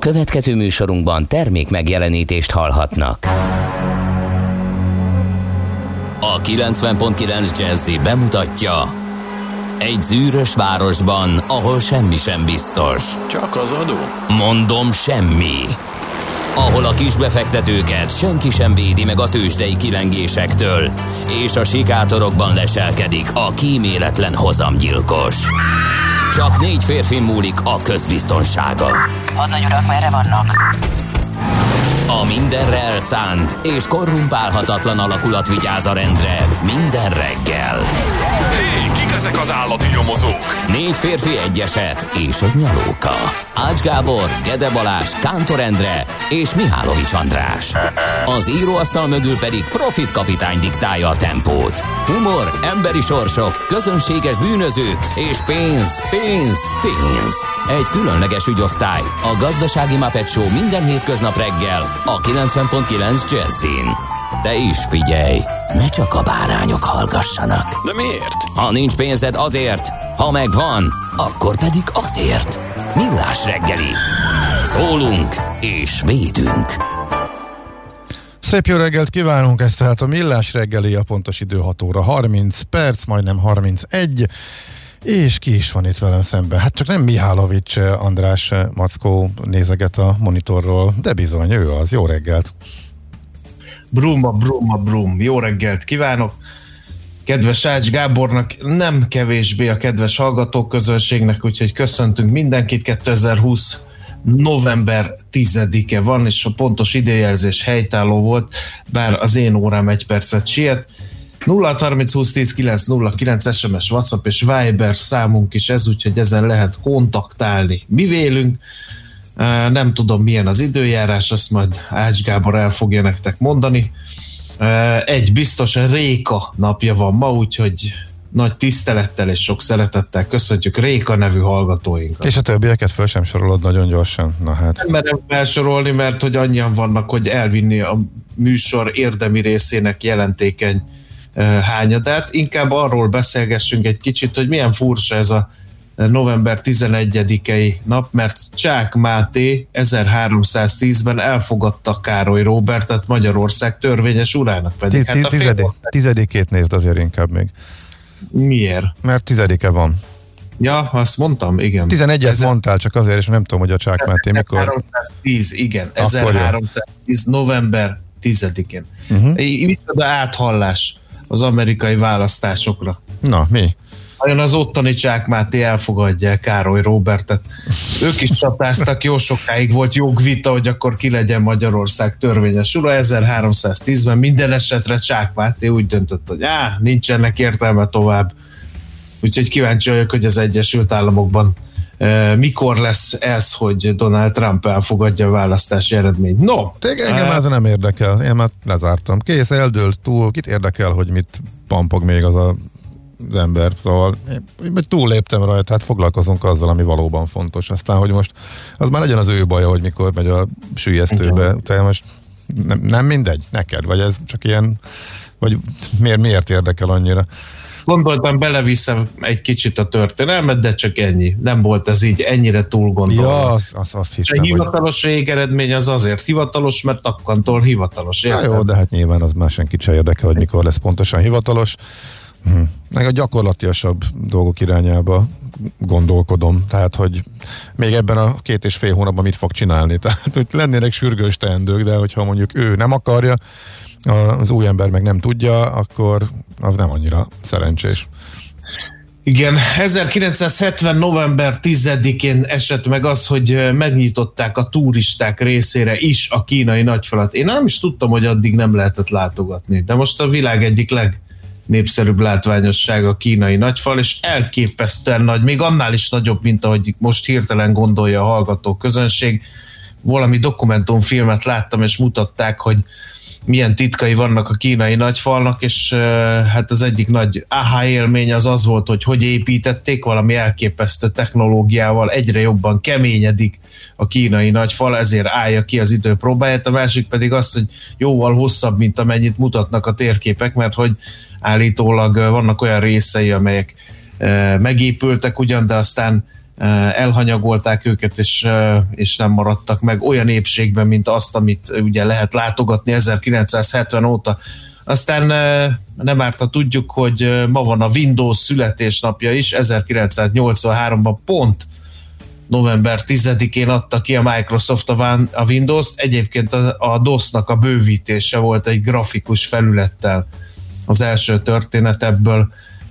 következő műsorunkban termék megjelenítést hallhatnak. A 90.9 Jazzy bemutatja: egy zűrös városban, ahol semmi sem biztos. Csak az adó? Mondom, semmi. Ahol a kisbefektetőket senki sem védi meg a tőzsdei kilengésektől, és a sikátorokban leselkedik a kíméletlen hozamgyilkos. Csak 4 férfin múlik a közbiztonsága. Hadnagy urak, merre vannak? A mindenre elszánt és korrumpálhatatlan alakulat vigyáz a rendre minden reggel. Hé, kik ezek az állati nyomozók? 4 férfi, egy eset és egy nyalóka. Ács Gábor, Gede Balázs, Kántor Endre és Mihálovics András. Az íróasztal mögül pedig Profit kapitány diktálja a tempót. Humor, emberi sorsok, közönséges bűnözők és pénz, pénz, pénz. Egy különleges ügyosztály, a Gazdasági Muppet Show minden hétköznap reggel a 90.9 Jazzyn. De is figyelj, ne csak a bárányok hallgassanak. De miért? Ha nincs pénzed, azért, ha megvan, akkor pedig azért. Millás reggeli. Szólunk és védünk. Szép jó reggelt kívánunk, ez tehát a Millás reggeli, a pontos idő 6 óra 30 perc, majdnem 31, és ki is van itt velem szemben? Hát csak nem Mihálovics András Mackó nézeget a monitorról, de bizony ő az. Jó reggelt! Brum. Jó reggelt kívánok! Kedves Ács Gábornak, nem kevésbé a kedves hallgatóközönségnek, úgyhogy köszöntünk mindenkit. 2020 november 10-e van, és a pontos időjelzés helytálló volt, bár az én órám 1 percet siet. 0-30 20 10 909 SMS, WhatsApp és Viber számunk is ez, úgyhogy ezen lehet kontaktálni. Mi vélünk, nem tudom milyen az időjárás, azt majd Ács Gábor el fogja nektek mondani. Egy biztos Réka napja van ma, úgyhogy nagy tisztelettel és sok szeretettel köszöntjük Réka nevű hallgatóinkat. És a többieket föl sem sorolod nagyon gyorsan? Na hát. Nem merem felsorolni, mert hogy annyian vannak, hogy elvinni a műsor érdemi részének jelentékeny hányadát. Inkább arról beszélgessünk egy kicsit, hogy milyen furcsa ez a november 11-i nap, mert Csák Máté 1310-ben elfogadta Károly Róbertet Magyarország törvényes urának, pedig hát a tizedikét nézd azért inkább még. Miért? Mert 10-e van. Ja, azt mondtam, igen. 11-et mondtál, csak azért, és nem tudom, hogy a Csák Máté mikor. 1310, igen. 1310, november 10-én. Micsoda áthallás az amerikai választásokra. Na, mi? Olyan az ottani Csák Máté elfogadja el Károly Róbertet. Ők is csatáztak, jó sokáig volt jogvita, hogy akkor ki legyen Magyarország törvényes ura. 1310-ben minden esetre Csák Máté úgy döntött, hogy nincsenek értelme tovább. Úgyhogy kíváncsi vagyok, hogy az Egyesült Államokban mikor lesz ez, hogy Donald Trump elfogadja a választási eredményt. No! Engem ez nem érdekel. Én már lezártam. Kész, eldőlt túl. Kit érdekel, hogy mit pampog még az ember. Szóval én túlléptem rajta, hát foglalkozunk azzal, ami valóban fontos. Aztán, hogy most az már legyen az ő baja, hogy mikor megy a süllyesztőbe. Te most nem mindegy neked? Vagy ez csak ilyen, vagy miért érdekel annyira? Gondoltam, beleviszem egy kicsit a történelmet, de csak ennyi. Nem volt ez így ennyire túl gondolva. Ja, azt hiszem, a hivatalos végeredmény az azért hivatalos, mert akkantól hivatalos. Ja, jó, de hát nyilván az már senkit se érdekel, hogy mikor lesz pontosan hivatalos. Meg a gyakorlatiasabb dolgok irányába gondolkodom. Tehát, hogy még ebben a 2,5 hónapban mit fog csinálni. Tehát, hogy lennének sürgős teendők, de hogyha mondjuk ő nem akarja, az új ember meg nem tudja, akkor az nem annyira szerencsés. Igen, 1970. november 10-én esett meg az, hogy megnyitották a turisták részére is a kínai nagyfalat. Én nem is tudtam, hogy addig nem lehetett látogatni, de most a világ egyik legnépszerűbb látványossága a kínai nagyfal, és elképesztően nagy, még annál is nagyobb, mint ahogy most hirtelen gondolja a hallgató közönség. Valami dokumentumfilmet láttam, és mutatták, hogy milyen titkai vannak a kínai nagyfalnak, és hát az egyik nagy aha élmény az volt, hogy építették, valami elképesztő technológiával, egyre jobban keményedik a kínai nagyfal, ezért állja ki az idő próbáját. A másik pedig az, hogy jóval hosszabb, mint amennyit mutatnak a térképek, mert hogy állítólag vannak olyan részei, amelyek megépültek ugyan, de aztán elhanyagolták őket, és nem maradtak meg olyan épségben, mint azt, amit ugye lehet látogatni 1970 óta. Aztán nem árt, ha tudjuk, hogy ma van a Windows születésnapja is, 1983-ban pont november 10-én adta ki a Microsoft a Windows-t. Egyébként a DOS-nak a bővítése volt egy grafikus felülettel az első történet ebből.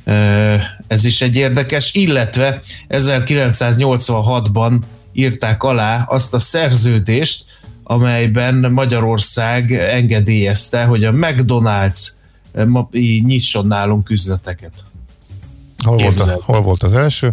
Ez is egy érdekes, illetve 1986-ban írták alá azt a szerződést, amelyben Magyarország engedélyezte, hogy a McDonald's nyisson nálunk üzleteket. Hol volt az első?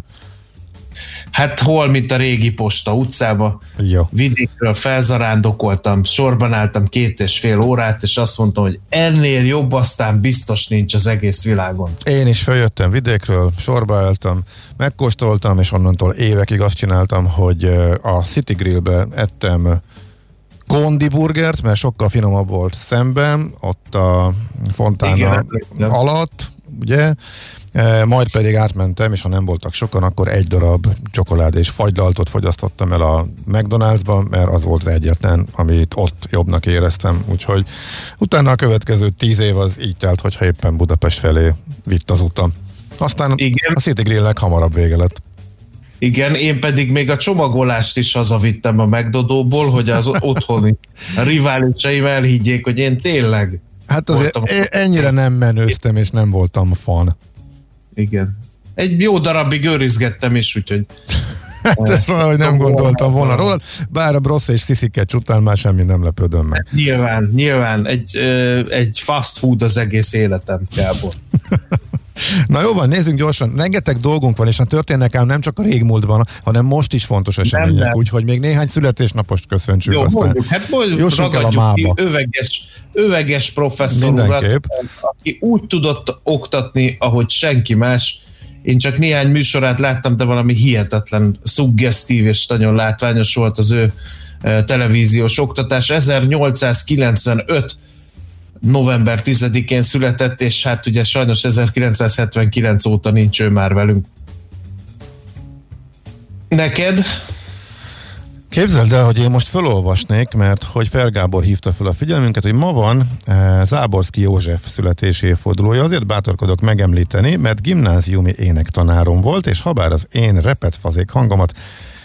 Hát hol, mint a régi Posta utcába. Jó. Vidékről felzarándokoltam, sorban álltam 2,5 órát, és azt mondtam, hogy ennél jobb aztán biztos nincs az egész világon. Én is feljöttem vidékről, sorba álltam, megkóstoltam, és onnantól évekig azt csináltam, hogy a City Grillbe ettem kondi burgert, mert sokkal finomabb volt szemben, ott a fontána alatt, ugye? Majd pedig átmentem, és ha nem voltak sokan, akkor egy darab csokolád és fagylaltot fogyasztottam el a McDonald'sban, mert az volt az egyetlen, amit ott jobbnak éreztem. Úgyhogy utána a következő 10 év az így telt, hogyha éppen Budapest felé vitt az utam. Aztán igen. A City Grillnek hamarabb vége lett. Igen, én pedig még a csomagolást is hazavittem a McDodóból, hogy az otthoni riválisaim elhiggyék, hogy én tényleg hát azért ennyire nem menőztem, és nem voltam fan. Igen. Egy jó darabig őrizgettem is, úgyhogy... Hát ezt valahogy nem gondoltam volna róla, bár a Brossz és Sziszikecs után már semmi nem lepődöm meg. Nyilván egy fast food az egész életem, Gábor. Na jó van, nézzünk gyorsan. Rengeteg dolgunk van, és történnek ám nem csak a régmúltban, hanem most is fontos események, úgyhogy még néhány születésnapost köszöntsük. Jó, aztán jussunk el a mába. Öveges professzor, aki úgy tudott oktatni, ahogy senki más. Én csak néhány műsorát láttam, de valami hihetetlen szuggesztív és nagyon látványos volt az ő televíziós oktatás. 1895 november 10-én született, és hát ugye sajnos 1979 óta nincs ő már velünk. Neked? Képzeld el, hogy én most felolvasnék, mert hogy Fergábor hívta fel a figyelmünket, hogy ma van Záborszky József születési évfordulója. Azért bátorkodok megemlíteni, mert gimnáziumi énektanárom volt, és habár az én repetfazék hangomat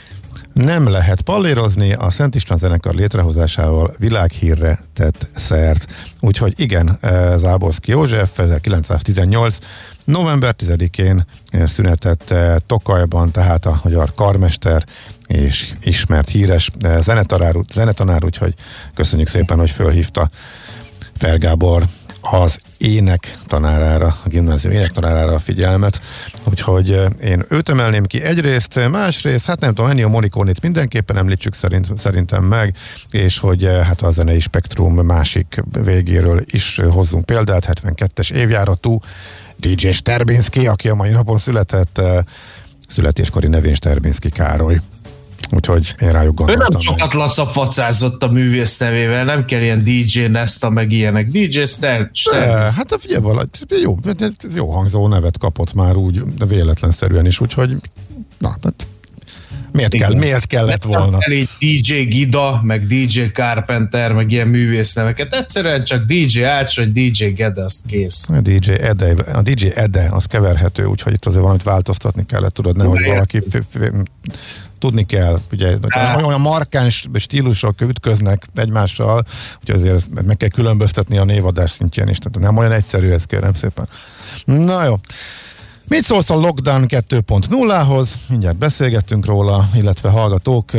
nem lehet pallérozni, a Szent István zenekar létrehozásával világhírre tett szert. Úgyhogy igen, Záborszky József 1918. november 10-én született Tokajban, tehát a magyar karmester és ismert híres zenetanár, úgyhogy köszönjük szépen, hogy fölhívta Fergábor az ének tanárára, a gimnázium ének tanárára a figyelmet, úgyhogy én őt emelném ki egyrészt, másrészt, hát nem tudom, Ennio Morriconét mindenképpen említsük szerintem meg, és hogy hát a zenei spektrum másik végéről is hozzunk példát, 72-es évjáratú DJ Sterbinski, aki a mai napon született, születéskori nevén Sterbinski Károly. Úgyhogy én rájuk gondoltam. Ő nem sokat lacafacázott a művész nevével, nem kell ilyen DJ Nesta, meg ilyenek. DJ Sterbinski. Hát figyelj, jó hangzó nevet kapott már úgy, de véletlenszerűen is, úgyhogy na, hát miért kellett volna? Elég DJ Gida, meg DJ Carpenter, meg ilyen művész neveket. Egyszerűen csak DJ Ács, vagy DJ Gede, azt kész. A DJ Ede, az keverhető, úgyhogy itt azért valamit változtatni kellett, tudod, nehogy valaki tudni kell, ugye, olyan markáns stílusok ütköznek egymással, úgyhogy azért meg kell különböztetni a névadás szintjén is, tehát nem olyan egyszerű ez, kérem szépen. Na jó. Mit szólsz a Lockdown 2.0-hoz? Mindjárt beszélgettünk róla, illetve hallgatók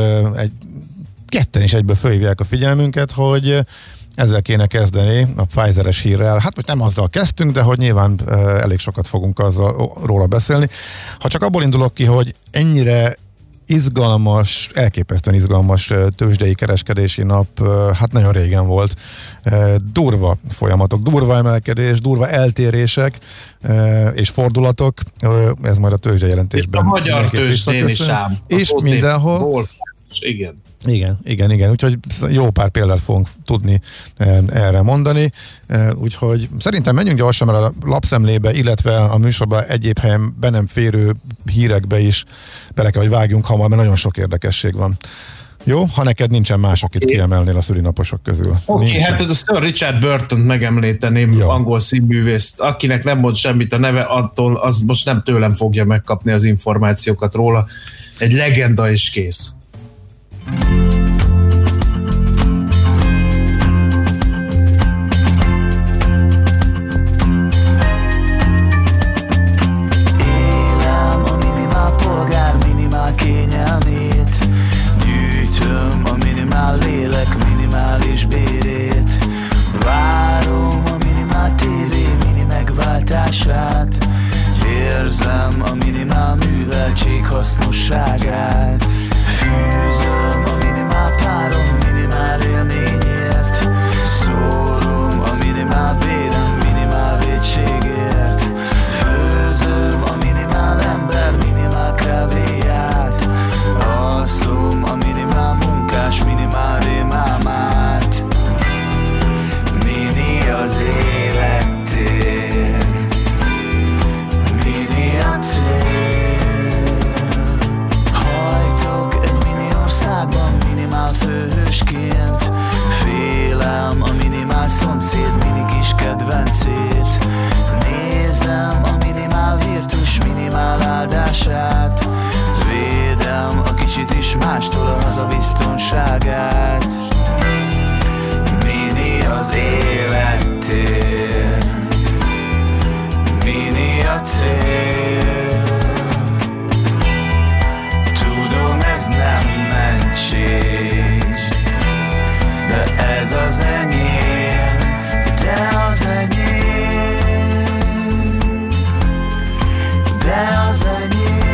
ketten is egyből fölhívják a figyelmünket, hogy ezzel kéne kezdeni a Pfizer-es hírrel. Hát most nem azzal kezdtünk, de hogy nyilván elég sokat fogunk róla beszélni. Ha csak abból indulok ki, hogy ennyire izgalmas, elképesztően izgalmas tőzsdei kereskedési nap, hát nagyon régen volt. Durva folyamatok, durva emelkedés, durva eltérések és fordulatok, ez majd a tőzsdejelentésben. Itt a magyar tőzsdén is ám. És mindenhol. Igen. Igen. Úgyhogy jó pár példát fogunk tudni erre mondani. Úgyhogy szerintem menjünk gyorsan, mert a lapszemlébe, illetve a műsorban egyéb helyen be nem férő hírekbe is bele kell, hogy vágjunk hamar, mert nagyon sok érdekesség van. Jó? Ha neked nincsen más, akit kiemelnél a szülinaposok közül. Oké, hát ez a Sir Richard Burton-t megemlíteném, jó. Angol színművészt. Akinek nem mond semmit a neve, attól az most nem tőlem fogja megkapni az információkat róla. Egy legenda és kész. Élem a minimál polgár minimál kényelmét, gyűjtöm a minimál lélek minimális bérét, várom a minimál tévé mini megváltását, érzem a minimál műveltség hasznosságát, fűzöm a minimál párom minimál élményért, szórom a minimál bérem minimál vétségért, főzöm a minimál ember minimál kávéját, alszom a minimál munkás minimál rémálmát. Mini az életér, mini a tér, hajtok egy mini országban minimál főhősként, félem a minimál szomszéd mini kis kedvencét, nézem a minimál virtus minimál áldását, védem a kicsit is mástól a haza biztonságát. Mini az életér, mini a tér, tudom ez nem mentség, de ez az enyém, de az enyém, de az enyém.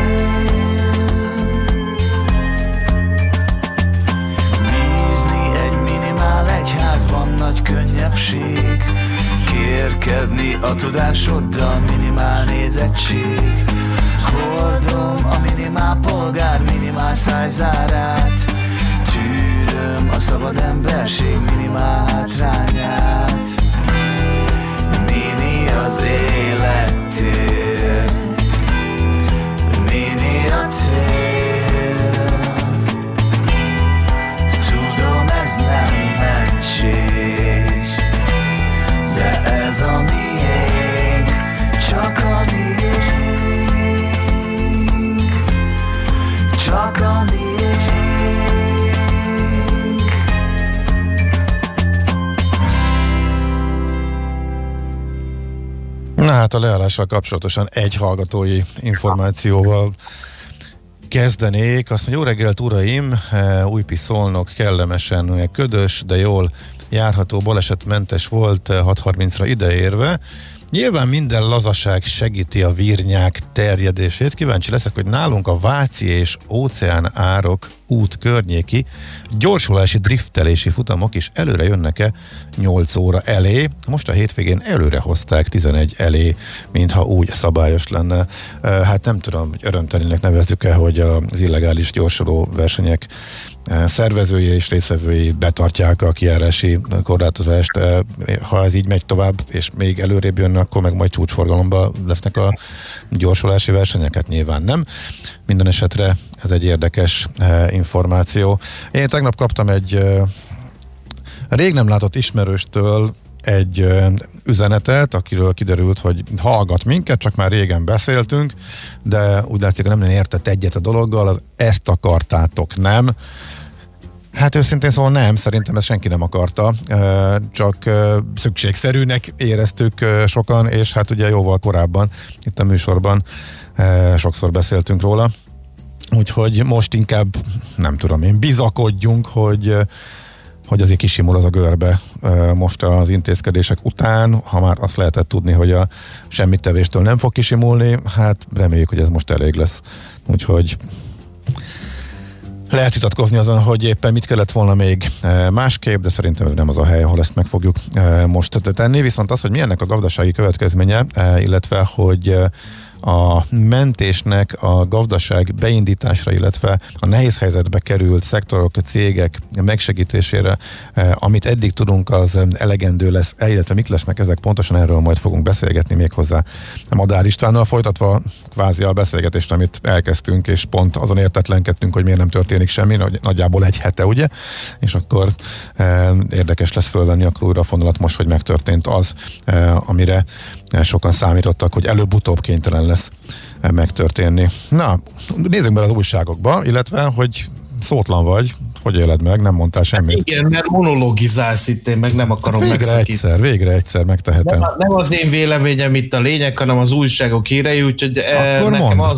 Bízni egy minimál egyházban nagy könnyebbség, kérkedni a tudásoddal minimál nézettség, hordom a minimál polgár minimál szájzárát, tűröm a szabad emberség minimál hátrányát. Mini az életér, mini a tér, tudom ez nem mentség, de ez a miénk, csak a miénk, csak a miénk. Na hát a leállással kapcsolatosan egy hallgatói információval kezdenék. Azt mondja, jó reggelt uraim, Újpest-Szolnok kellemesen ködös, de jól járható, balesetmentes volt 6:30-ra ideérve. Nyilván minden lazaság segíti a virnyák terjedését. Kíváncsi leszek, hogy nálunk a Váci és Óceán árok út környéki gyorsulási driftelési futamok is előre jönnek-e 8 óra elé. Most a hétvégén előre hozták 11 elé, mintha úgy szabályos lenne. Hát nem tudom, hogy örömtelinek nevezzük-e, hogy az illegális gyorsuló versenyek szervezői és részvevői betartják a kijárási korlátozást. Ha ez így megy tovább, és még előrébb jönne, akkor meg majd csúcsforgalomban lesznek a gyorsulási versenyeket? Nyilván nem. Minden esetre ez egy érdekes információ. Én tegnap kaptam egy rég nem látott ismerőstől egy üzenetet, akiről kiderült, hogy hallgat minket, csak már régen beszéltünk, de úgy látszik, hogy nem értett egyet a dologgal, ezt akartátok, nem? Hát őszintén szóval nem, szerintem ezt senki nem akarta, csak szükségszerűnek éreztük sokan, és hát ugye jóval korábban itt a műsorban sokszor beszéltünk róla, úgyhogy most inkább, nem tudom én, bizakodjunk, hogy azért kisimul az a görbe most az intézkedések után, ha már azt lehetett tudni, hogy a semmittevéstől nem fog kisimulni, hát reméljük, hogy ez most elég lesz. Úgyhogy lehet vitatkozni azon, hogy éppen mit kellett volna még másképp, de szerintem ez nem az a hely, ahol ezt meg fogjuk most tenni. Viszont az, hogy mi ennek a gazdasági következménye, illetve hogy a mentésnek a gazdaság beindításra, illetve a nehéz helyzetbe került szektorok, cégek megsegítésére, amit eddig tudunk, az elegendő lesz, illetve mik lesznek ezek pontosan, erről majd fogunk beszélgetni méghozzá Madár Istvánnal, folytatva kvázi a beszélgetést, amit elkezdtünk, és pont azon értetlenkedtünk, hogy miért nem történik semmi, nagyjából egy hete, ugye? És akkor érdekes lesz fölvenni akkor újra a fonalat most, hogy megtörtént az, amire sokan számítottak, hogy előbb-utóbb kénytelen lesz megtörténni. Na, nézzünk bele az újságokba, illetve, hogy szótlan vagy, hogy éled meg, nem mondtál semmit. Hát igen, mert monologizálsz itt, én meg nem akarom megszakítani. Végre egyszer megtehetem. Nem az én véleményem itt a lényeg, hanem az újságok hírei, úgyhogy akkor nekem mondd. az...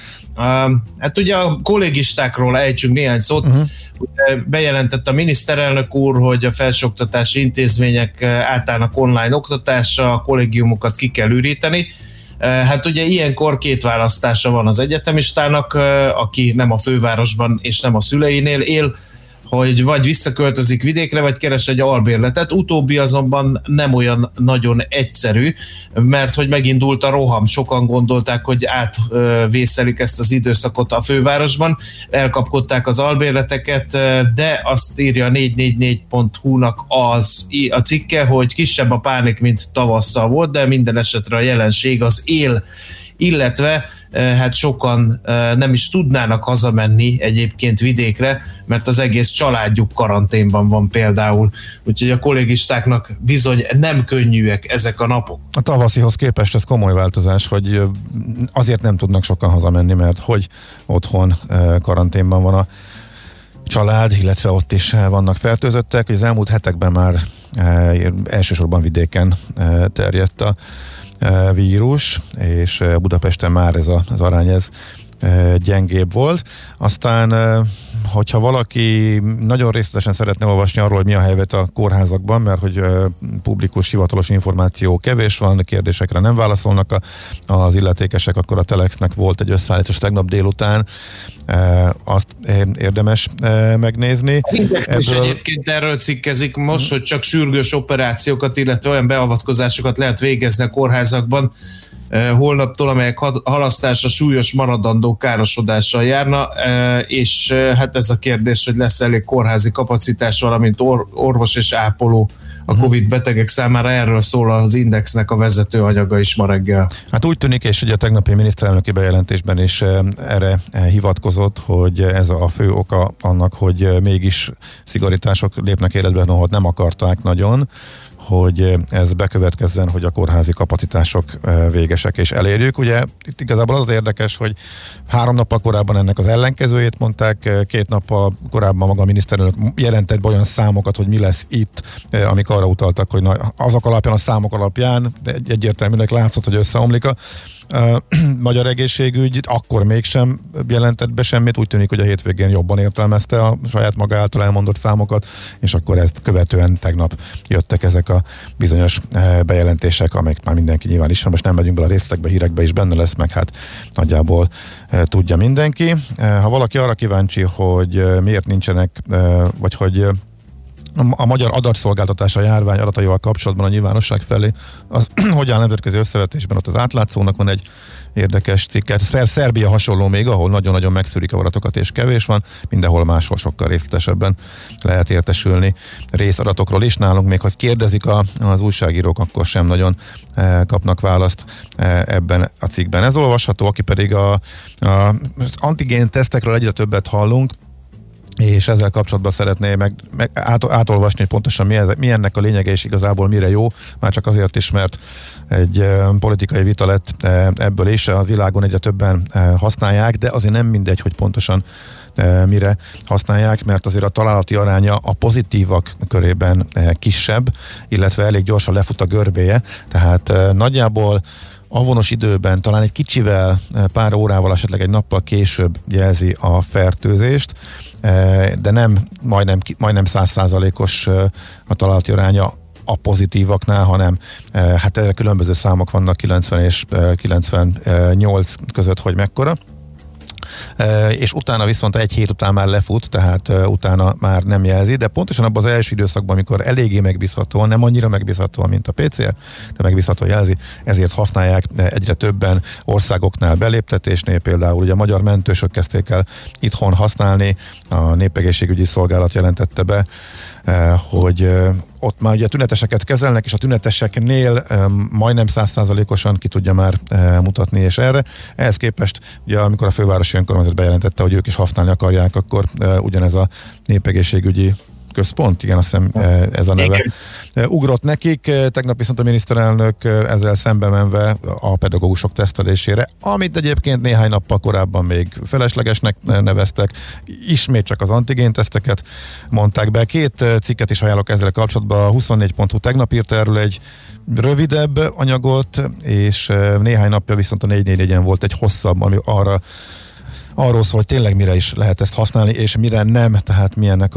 Hát ugye a kollégistákról ejtsünk néhány szót. Ugye bejelentette a miniszterelnök úr, hogy a felsőoktatási intézmények átállnak online oktatásra, a kollégiumokat ki kell üríteni. Hát ugye ilyenkor két választása van az egyetemistának, aki nem a fővárosban és nem a szüleinél él, hogy vagy visszaköltözik vidékre, vagy keres egy albérletet. Utóbbi azonban nem olyan nagyon egyszerű, mert hogy megindult a roham. Sokan gondolták, hogy átvészelik ezt az időszakot a fővárosban, elkapkodták az albérleteket, de azt írja a 444.hu-nak a cikke, hogy kisebb a pánik, mint tavasszal volt, de minden esetre a jelenség az él, illetve hát sokan nem is tudnának hazamenni egyébként vidékre, mert az egész családjuk karanténban van például. Úgyhogy a kollégistáknak bizony nem könnyűek ezek a napok. A tavaszihoz képest ez komoly változás, hogy azért nem tudnak sokan hazamenni, mert hogy otthon karanténban van a család, illetve ott is vannak fertőzöttek. Az elmúlt hetekben már elsősorban vidéken terjedt a vírus, és Budapesten már ez az arány gyengébb volt. Aztán, hogyha valaki nagyon részletesen szeretne olvasni arról, hogy mi a helyzet a kórházakban, mert hogy publikus, hivatalos információ kevés van, kérdésekre nem válaszolnak az illetékesek, akkor a Telexnek volt egy összeállítás tegnap délután, azt érdemes megnézni. A Index is egyébként erről cikkezik most, hogy csak sürgős operációkat, illetve olyan beavatkozásokat lehet végezni a kórházakban holnaptól, amelyek halasztása súlyos maradandó károsodással járna, és hát ez a kérdés, hogy lesz elég kórházi kapacitás, valamint orvos és ápoló a Covid betegek számára, erről szól az Indexnek a vezetőanyaga is ma reggel. Hát úgy tűnik, és ugye a tegnapi miniszterelnöki bejelentésben is erre hivatkozott, hogy ez a fő oka annak, hogy mégis szigorítások lépnek életbe, ahol nem akarták nagyon, hogy ez bekövetkezzen, hogy a kórházi kapacitások végesek és elérjük. Ugye itt igazából az érdekes, hogy 3 nappal korábban ennek az ellenkezőjét mondták, 2 nappal korábban maga a miniszterelnök jelentett olyan számokat, hogy mi lesz itt, amik arra utaltak, hogy azok alapján, a számok alapján egyértelműleg látszott, hogy összeomlik a magyar egészségügy, akkor mégsem jelentett be semmit, úgy tűnik, hogy a hétvégén jobban értelmezte a saját maga által elmondott számokat, és akkor ezt követően tegnap jöttek ezek a bizonyos bejelentések, amelyek már mindenki nyilván ismer, most nem megyünk bele a részletekbe, hírekbe is benne lesz, meg hát nagyjából tudja mindenki. Ha valaki arra kíváncsi, hogy miért nincsenek, vagy hogy a magyar adatszolgáltatás a járvány adataival kapcsolatban a nyilvánosság felé, az hogyan nemzetközi összevetésben, ott az átlátszónak van egy érdekes cikket. Szerbia hasonló még, ahol nagyon-nagyon megszűrik a adatokat és kevés van, mindenhol máshol sokkal részletesebben lehet értesülni részadatokról is. Nálunk még, hogy kérdezik az újságírók, akkor sem nagyon kapnak választ ebben a cikkben. Ez olvasható, aki pedig az antigén tesztekről egyre többet hallunk, és ezzel kapcsolatban szeretné átolvasni, hogy pontosan mi ennek a lényege, és igazából mire jó, már csak azért is, mert egy politikai vita lett ebből is, a világon egyre többen használják, de azért nem mindegy, hogy pontosan mire használják, mert azért a találati aránya a pozitívak körében kisebb, illetve elég gyorsan lefut a görbéje, tehát nagyjából avonos időben, talán egy kicsivel, pár órával, esetleg egy nappal később jelzi a fertőzést, de nem majdnem 100%-os a találati aránya a pozitívaknál, hanem hát erre különböző számok vannak, 90 és 98 között, hogy mekkora. és utána viszont egy hét után már lefut, tehát utána már nem jelzi, de pontosan abban az első időszakban, amikor eléggé megbízhatóan, nem annyira megbízhatóan, mint a PCR, de megbízhatóan jelzi, ezért használják egyre többen országoknál beléptetésnél, például ugye a magyar mentősök kezdték el itthon használni, a Népegészségügyi Szolgálat jelentette be, hogy ott már ugye tüneteseket kezelnek, és a tüneteseknél majdnem 100%-osan ki tudja már mutatni, és ehhez képest, ugye amikor a fővárosi önkormányzat bejelentette, hogy ők is használni akarják, akkor ugyanez a Népegészségügyi Központ, igen, azt hiszem ez a neve, ugrott nekik. Tegnap viszont a miniszterelnök ezzel szembe menve a pedagógusok tesztelésére, amit egyébként néhány nappal korábban még feleslegesnek neveztek, ismét csak az antigénteszteket mondták be. 2 cikket is ajánlok ezzel kapcsolatban, a 24.hu tegnap írt erről egy rövidebb anyagot, és néhány napja viszont a 444-en volt egy hosszabb, ami arról szól, hogy tényleg mire is lehet ezt használni, és mire nem, tehát milyennek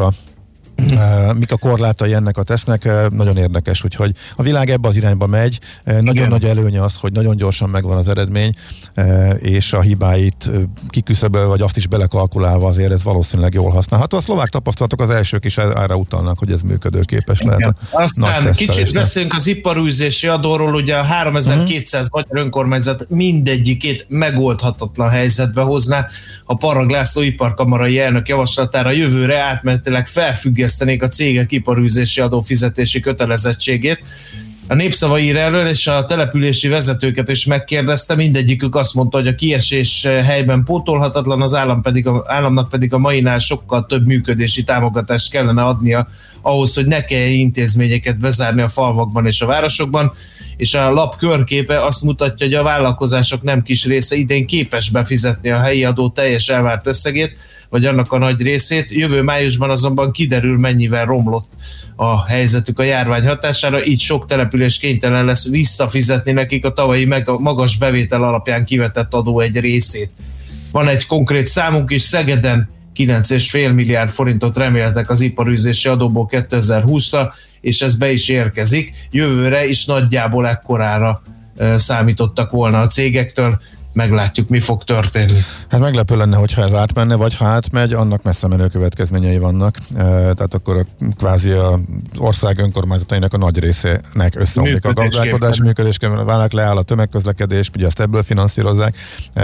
mik a korlátai ennek a tesznek, nagyon érdekes, úgyhogy a világ ebbe az irányba megy, nagyon nagy előnye az, hogy nagyon gyorsan megvan az eredmény, és a hibáit kiküszöbölve, vagy azt is belekalkulálva azért ez valószínűleg jól használható. A szlovák tapasztalatok az elsők is arra utalnak, hogy ez működőképes lehet. Aztán kicsit beszélünk az iparűzési adóról, ugye a 3200 magyar önkormányzat mindegyikét megoldhatatlan helyzetbe hozná, a Parag László iparkamarai elnök javaslatára jövőre átmenetileg felfüggesztenék a cégek iparűzési adófizetési kötelezettségét. A Népszava ír erről, és a települési vezetőket is megkérdezte, mindegyikük azt mondta, hogy a kiesés helyben pótolhatatlan, az államnak pedig a mainál sokkal több működési támogatást kellene adnia ahhoz, hogy ne kelljen intézményeket bezárni a falvakban és a városokban, és a lap körképe azt mutatja, hogy a vállalkozások nem kis része idén képes befizetni a helyi adó teljes elvárt összegét, vagy annak a nagy részét. Jövő májusban azonban kiderül, mennyivel romlott a helyzetük a járvány hatására, így sok település kénytelen lesz visszafizetni nekik a tavalyi magas bevétel alapján kivetett adó egy részét. Van egy konkrét számunk is, Szegeden 9,5 milliárd forintot reméltek az iparűzési adóból 2020-ra, és ez be is érkezik. Jövőre is nagyjából ekkorára számítottak volna a cégektől. Meglátjuk, mi fog történni. Hát meglepő lenne, hogyha ez átmenne, vagy ha átmegy, annak messze menő következményei vannak. Tehát akkor kvázi az ország önkormányzatainak a nagy részének összeomlik a gazdálkodás, működésképpen válnak, leáll a tömegközlekedés, ugye ezt ebből finanszírozzák,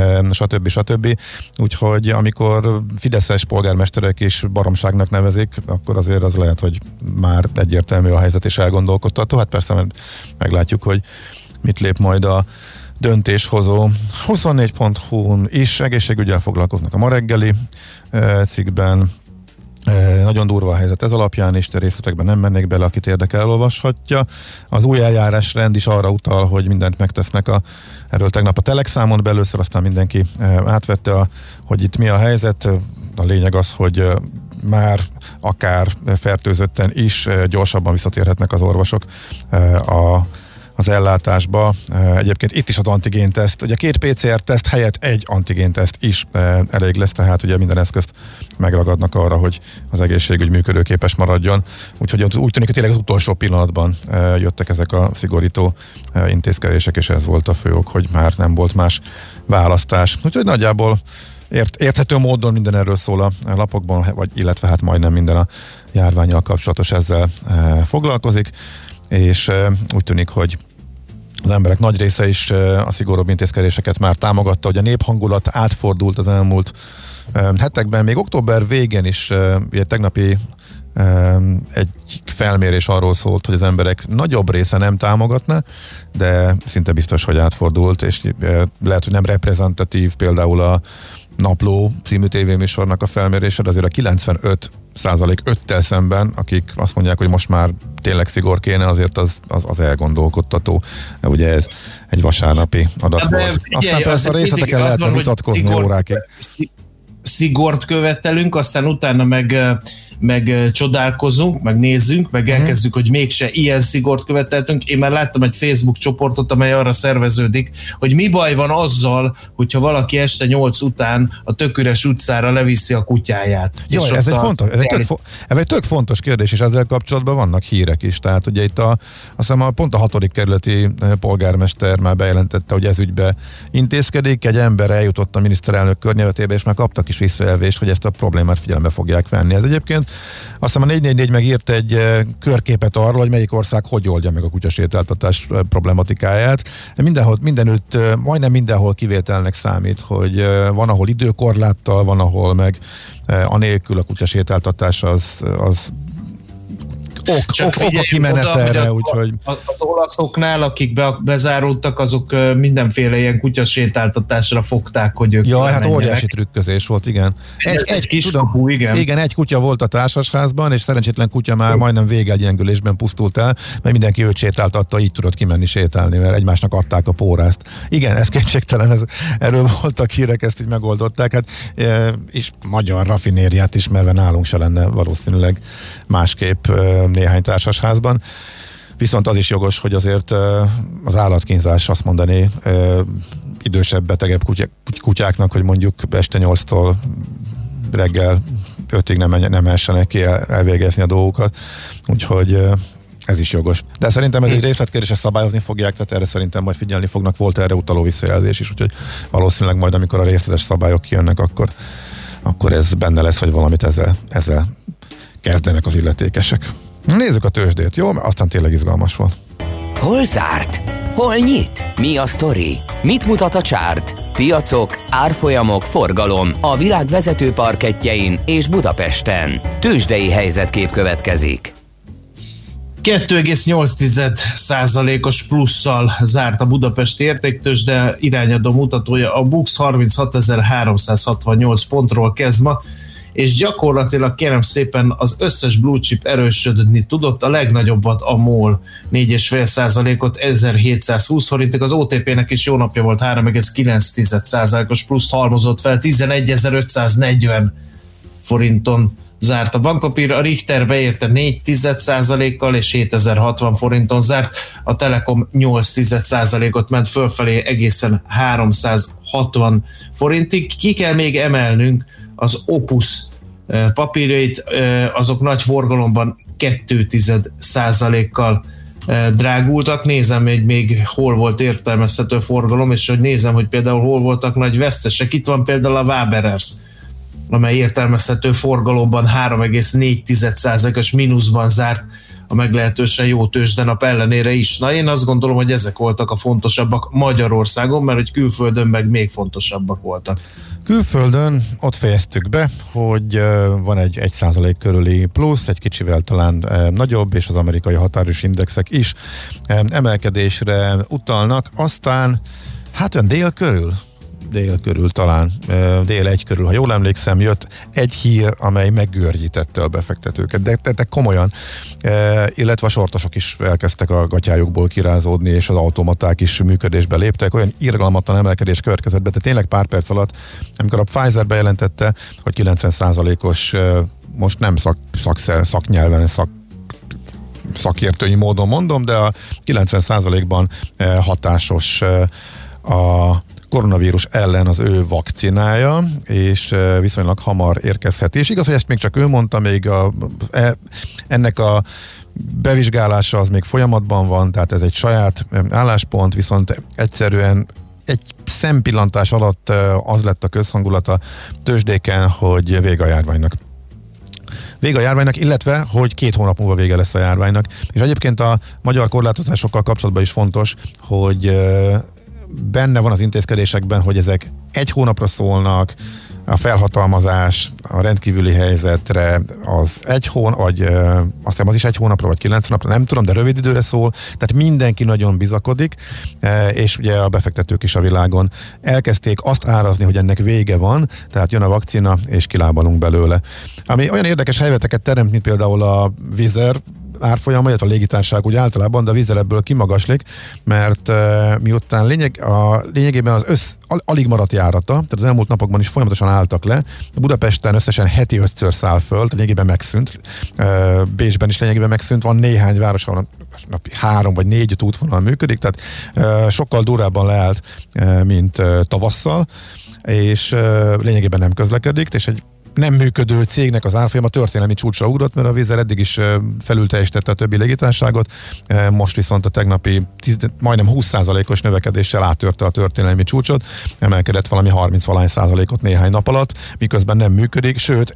stb. Úgyhogy amikor fideszes polgármesterek is baromságnak nevezik, akkor azért az lehet, hogy már egyértelmű a helyzet és elgondolkodtató. Hát persze meglátjuk, hogy mit lép majd a döntéshozó. 24.hu-n is egészségügyel foglalkoznak a ma reggeli cikkben. Nagyon durva a helyzet ez alapján is, de részletekben nem mennék bele, akit érdekel, elolvashatja. Az új eljárásrend is arra utal, hogy mindent megtesznek erről tegnap a Telex számolt be először, aztán mindenki átvette, hogy itt mi a helyzet. A lényeg az, hogy már fertőzötten is gyorsabban visszatérhetnek az orvosok az ellátásba. Egyébként itt is az antigénteszt, ugye 2 PCR-teszt helyett egy antigénteszt is elég lesz, tehát ugye minden eszközt megragadnak arra, hogy az egészségügy működőképes maradjon. Úgyhogy úgy tűnik, hogy tényleg az utolsó pillanatban jöttek ezek a szigorító intézkedések, és ez volt a fő ok, hogy már nem volt más választás. Úgyhogy nagyjából érthető módon minden erről szól a lapokban, vagy illetve hát majdnem minden a járvánnyal kapcsolatos ezzel foglalkozik, és úgy tűnik, hogy az emberek nagy része is a szigorúbb intézkedéseket már támogatta, hogy a néphangulat átfordult az elmúlt hetekben, még október végén is, ugye tegnapi egy felmérés arról szólt, hogy az emberek nagyobb része nem támogatna, de szinte biztos, hogy átfordult, és lehet, hogy nem reprezentatív például a Napló című tévéműsornak a felmérése, de azért a 95% szemben, akik azt mondják, hogy most már tényleg szigor kéne, azért az elgondolkodtató. Ugye ez egy vasárnapi adat volt. Aztán persze a részleteken lehetne vitatkozni órákig. Szigort követelünk, aztán utána meg meg csodálkozunk, meg nézzünk, meg elkezdjük, hogy mégse ilyen szigort követeltünk. Én már láttam egy Facebook csoportot, amely arra szerveződik, hogy mi baj van azzal, hogyha valaki este 8 után a tök üres utcára leviszi a kutyáját. Jó, ez egy tök fontos kérdés, és ezzel kapcsolatban vannak hírek is. Tehát ugye itt azt hiszem pont a 6. kerületi polgármester már bejelentette, hogy ez ügybe intézkedik. Egy ember eljutott a miniszterelnök környevetébe, és már kaptak is visszajelzést, hogy ezt a problémát figyelembe fogják venni. Ez egyébként azt hiszem a 444 megírt egy körképet arról, hogy melyik ország hogy oldja meg a kutyasétáltatás problematikáját. Mindenütt, majdnem mindenhol kivételnek számít, hogy van, ahol időkorláttal, van, ahol meg anélkül a kutyasétáltatás az ok a kimenetelre, úgyhogy... Az olaszoknál, akik bezáródtak, azok mindenféle ilyen kutyasétáltatásra fogták, hogy ők hát óriási trükközés volt, igen. Egy kis kapu, igen. Igen, egy kutya volt a társasházban, és szerencsétlen kutya már majdnem végegyengülésben pusztult el, mert mindenki őt sétáltatta, így tudott kimenni sétálni, mert egymásnak adták a pórázt. Igen, ez kétségtelen, erről voltak hírek, ezt így megoldották, hát és magyar raffinériát ismerve nálunk se lenne valószínűleg másképp néhány társasházban. Viszont az is jogos, hogy azért az állatkínzás, azt mondani idősebb, betegebb kutyáknak, hogy mondjuk este 8-tól reggel 5-ig nem essenek ki elvégezni a dolgokat. Úgyhogy ez is jogos. De szerintem ez egy részletkérdés, ezt szabályozni fogják, tehát erre szerintem majd figyelni fognak. Volt erre utaló visszajelzés is, úgyhogy valószínűleg majd, amikor a részletes szabályok kijönnek, akkor ez benne lesz, hogy valamit ezzel kezdenek az illetékesek. Nézzük a tőzsdét, jó? Aztán tényleg izgalmas volt. Hol zárt? Hol nyit? Mi a sztori? Mit mutat a csárt? Piacok, árfolyamok, forgalom a világ vezető parkettjein és Budapesten. Tőzsdei helyzetkép következik. 2,8%-os plusszal zárt a budapesti értéktőzsde, irányadó mutatója a BUX 36.368 pontról kezd ma, és gyakorlatilag kérem szépen az összes blue chip erősödni tudott, a legnagyobbat a MOL 4,5%-ot 1720 forintig, az OTP-nek is jó napja volt, 3,9%-os pluszt halmozott fel, 11.540 forinton zárt a bankpapír, a Richter beérte 4,1%-kal és 7060 forinton zárt, a Telekom 8,1%-ot ment fölfelé egészen 360 forintig. Ki kell még emelnünk az Opus papírjait, azok nagy forgalomban 2,1%-kal drágultak. Nézem még hol volt értelmezhető forgalom, és hogy nézem, hogy például hol voltak nagy vesztesek. Itt van például a Waberers, amely értelmezhető forgalomban 3,4%-os mínuszban zárt a meglehetősen jó tőzsdenap ellenére is. Na, én azt gondolom, hogy ezek voltak a fontosabbak Magyarországon, mert hogy külföldön meg még fontosabbak voltak. Külföldön ott fejeztük be, hogy van egy 1% körüli plusz, egy kicsivel talán nagyobb, és az amerikai határős indexek is emelkedésre utalnak. Aztán hát olyan dél körül talán, dél 1 körül, ha jól emlékszem, jött egy hír, amely meggörgyítette a befektetőket, de komolyan, illetve a sortosok is elkezdtek a gatyájukból kirázódni, és az automaták is működésbe léptek, olyan irgalmatlan emelkedés következett be, tehát tényleg pár perc alatt, amikor a Pfizer bejelentette, hogy 90%-os, most nem szaknyelven, szakértői módon mondom, de a 90%-ban hatásos a koronavírus ellen az ő vakcinája, és viszonylag hamar érkezhet. És igaz, hogy ezt még csak ő mondta, még ennek a bevizsgálása az még folyamatban van, tehát ez egy saját álláspont, viszont egyszerűen egy szempillantás alatt az lett a közhangulata tőzsdéken, hogy vége a járványnak. Vége a járványnak, illetve, hogy 2 hónap múlva vége lesz a járványnak. És egyébként a magyar korlátozásokkal kapcsolatban is fontos, hogy benne van az intézkedésekben, hogy ezek 1 hónapra szólnak, a felhatalmazás a rendkívüli helyzetre az 1 hónap, vagy aztán az is 1 hónapra, vagy 9 napra, nem tudom, de rövid időre szól, tehát mindenki nagyon bizakodik, és ugye a befektetők is a világon elkezdték azt árazni, hogy ennek vége van, tehát jön a vakcina, és kilábalunk belőle. Ami olyan érdekes helyzeteket teremt, mint például a Vizer, árfolyama, illetve a légitársaság úgy általában, de a vízzel ebből kimagaslik, mert miután lényegében alig maradt járata, tehát az elmúlt napokban is folyamatosan álltak le. Budapesten összesen heti 5-ször száll föl, tehát lényegében megszűnt. Bécsben is lényegében megszűnt, van néhány város, ahol napi 3 vagy 4 útvonal működik, tehát sokkal durvábban leállt, mint tavasszal, és lényegében nem közlekedik, és egy nem működő cégnek az árfolyama történelmi csúcsra ugrott, mert a Wizz Air eddig is felülteljesítette a többi légitársaságot, most viszont a tegnapi majdnem 20%-os növekedéssel áttörte a történelmi csúcsot, emelkedett valami 30% néhány nap alatt, miközben nem működik, sőt,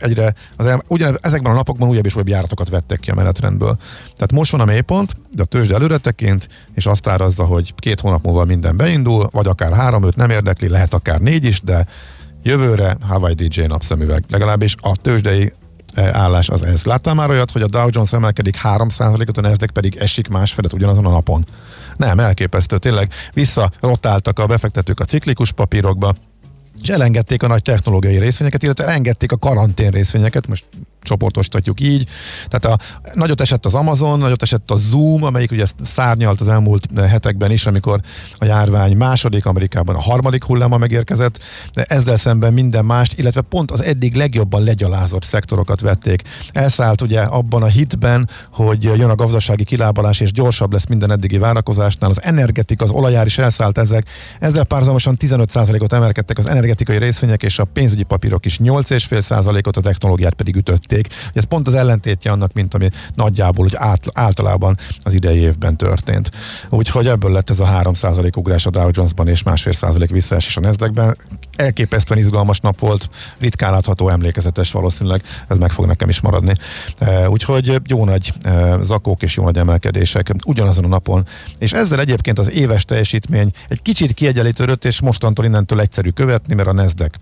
ezekben a napokban újabb és újabb járatokat vettek ki a menetrendből. Tehát most van a mélypont, de a tőzsde előre tekint, és azt árazza, hogy 2 hónap múlva minden beindul, vagy akár 3-5 nem érdekli, lehet akár 4 is, de jövőre Hawaii DJ napszemüveg. Legalábbis a tőzsdei állás az ez. Láttál már olyat, hogy a Dow Jones emelkedik 3%-ot, a Nasdaq pedig esik másfelet ugyanazon a napon? Nem, elképesztő. Tényleg visszarotáltak a befektetők a ciklikus papírokba, és elengedték a nagy technológiai részvényeket, illetve elengedték a karantén részvényeket, most csoportosítjuk így. Tehát nagyot esett az Amazon, nagyot esett a Zoom, amelyik ugye szárnyalt az elmúlt hetekben is, amikor a járvány második, Amerikában a harmadik hulláma megérkezett, de ezzel szemben minden mást, illetve pont az eddig legjobban legyalázott szektorokat vették. Elszállt ugye abban a hitben, hogy jön a gazdasági kilábalás, és gyorsabb lesz minden eddigi várakozásnál. Az energetika, az olajár is elszállt ezzel párhuzamosan 15%-ot emelkedtek az energetikai részvények, és a pénzügyi papírok is 8,5%-ot, a technológiát pedig ütötték. Ez pont az ellentétje annak, mint ami nagyjából úgy általában az idei évben történt. Úgyhogy ebből lett ez a 3% ugrás a Dow Jonesban, és 1,5% visszaesés a Nasdaqben. Elképesztően izgalmas nap volt, ritkán látható, emlékezetes valószínűleg, ez meg fog nekem is maradni. Úgyhogy jó nagy zakók és jó nagy emelkedések ugyanazon a napon, és ezzel egyébként az éves teljesítmény egy kicsit kiegyenlítődött, és mostantól innentől egyszerű követni, mert a Nasdaq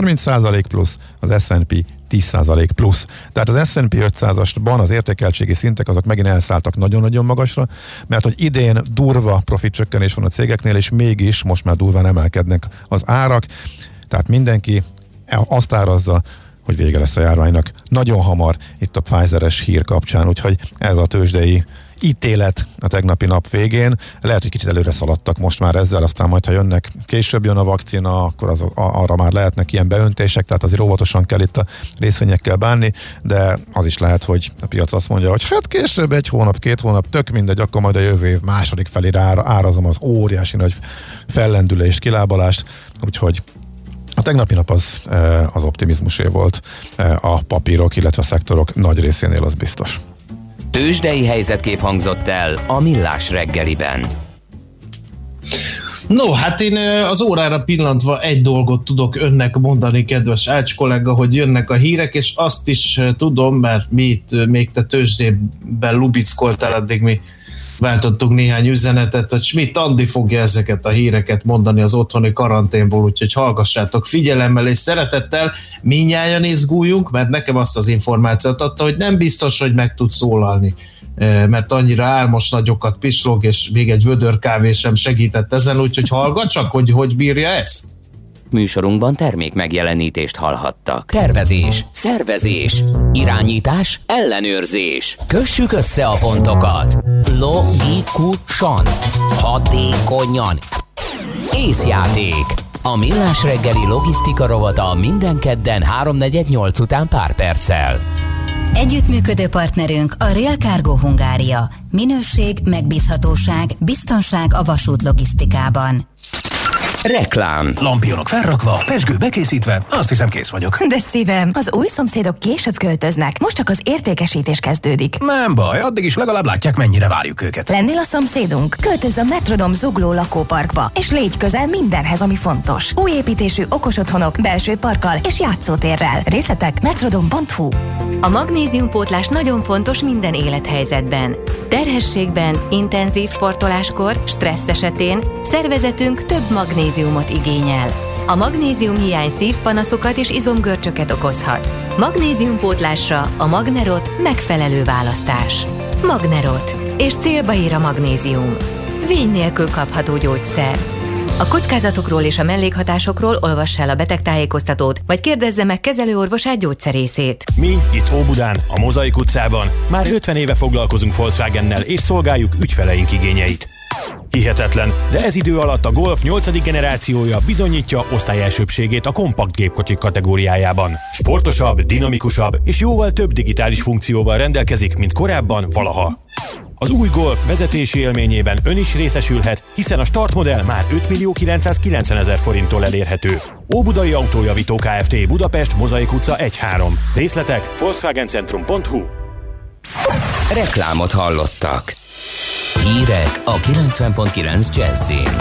30% plusz, az S&P 10% plusz. Tehát az S&P 500-asban az értékeltségi szintek azok megint elszálltak nagyon-nagyon magasra, mert hogy idén durva profitcsökkenés van a cégeknél, és mégis most már durván emelkednek az árak, tehát mindenki azt árazza, hogy vége lesz a járványnak nagyon hamar itt a Pfizer-es hír kapcsán, úgyhogy ez a tőzsdei ítélet a tegnapi nap végén. Lehet, hogy kicsit előre szaladtak most már ezzel, aztán majd, ha később jön a vakcina, akkor arra már lehetnek ilyen beöntések, tehát azért óvatosan kell itt a részvényekkel bánni, de az is lehet, hogy a piac azt mondja, hogy hát később 1 hónap, 2 hónap, tök mindegy, akkor majd a jövő év második felére árazom az óriási nagy fellendülést, kilábalást, úgyhogy a tegnapi nap az optimizmusé volt a papírok, illetve a szektorok nagy részénél, az biztos. Tőzsdei helyzetkép hangzott el a Millás reggeliben. No, hát én az órára pillantva egy dolgot tudok önnek mondani, kedves Ács kollega, hogy jönnek a hírek, és azt is tudom, mert még te tőzsdében lubickoltál, addig mi váltottunk néhány üzenetet, hogy Schmidt Andi fogja ezeket a híreket mondani az otthoni karanténból, úgyhogy hallgassátok figyelemmel és szeretettel, mindnyájan izguljunk, mert nekem azt az információt adta, hogy nem biztos, hogy meg tud szólalni, mert annyira álmos nagyokat pislog, és még egy vödör kávé sem segített ezen, úgyhogy hallgatsak, hogy bírja ezt. Műsorunkban termék megjelenítést hallhattak. Tervezés, szervezés, irányítás, ellenőrzés. Kössük össze a pontokat. Logikusan, hatékonyan. Észjáték. A Millás reggeli logisztika rovata minden kedden 3:48 után pár perccel. Együttműködő partnerünk a Rail Cargo Hungária. Minőség, megbízhatóság, biztonság a vasút logisztikában. Reklám. Lampionok felrakva, pezsgő bekészítve, azt hiszem kész vagyok. De szívem, az új szomszédok később költöznek, most csak az értékesítés kezdődik. Nem baj, addig is legalább látják, mennyire várjuk őket. Lennél a szomszédunk? Költözz a Metrodom Zugló lakóparkba, és légy közel mindenhez, ami fontos. Új építésű okos otthonok, belső parkkal és játszótérrel. Részletek metrodom.hu. A magnéziumpótlás nagyon fontos minden élethelyzetben. Terhességben, intenzív sportoláskor, stressz esetén szervezetünk több magnéziumot igényel. A magnézium hiány szívpanaszokat és izomgörcsöket okozhat. Magnéziumpótlásra a Magnerot megfelelő választás. Magnerot. És célba ír a magnézium. Vény nélkül kapható gyógyszer. A kockázatokról és a mellékhatásokról olvass el a betegtájékoztatót, vagy kérdezze meg kezelőorvosát, gyógyszerészét. Mi itt Óbudán, a Mozaik utcában már 50 éve foglalkozunk Volkswagennel és szolgáljuk ügyfeleink igényeit. Hihetetlen, de ez idő alatt a Golf 8. generációja bizonyítja osztályelsőbbségét a kompakt gépkocsik kategóriájában. Sportosabb, dinamikusabb és jóval több digitális funkcióval rendelkezik, mint korábban valaha. Az új Golf vezetési élményében ön is részesülhet, hiszen a startmodell már 5.990.000 forinttól elérhető. Óbudai Autójavító Kft. Budapest, Mozaik utca 1-3. Részletek volkswagencentrum.hu. Reklámot hallottak. Hírek a 90.9 Jazzin.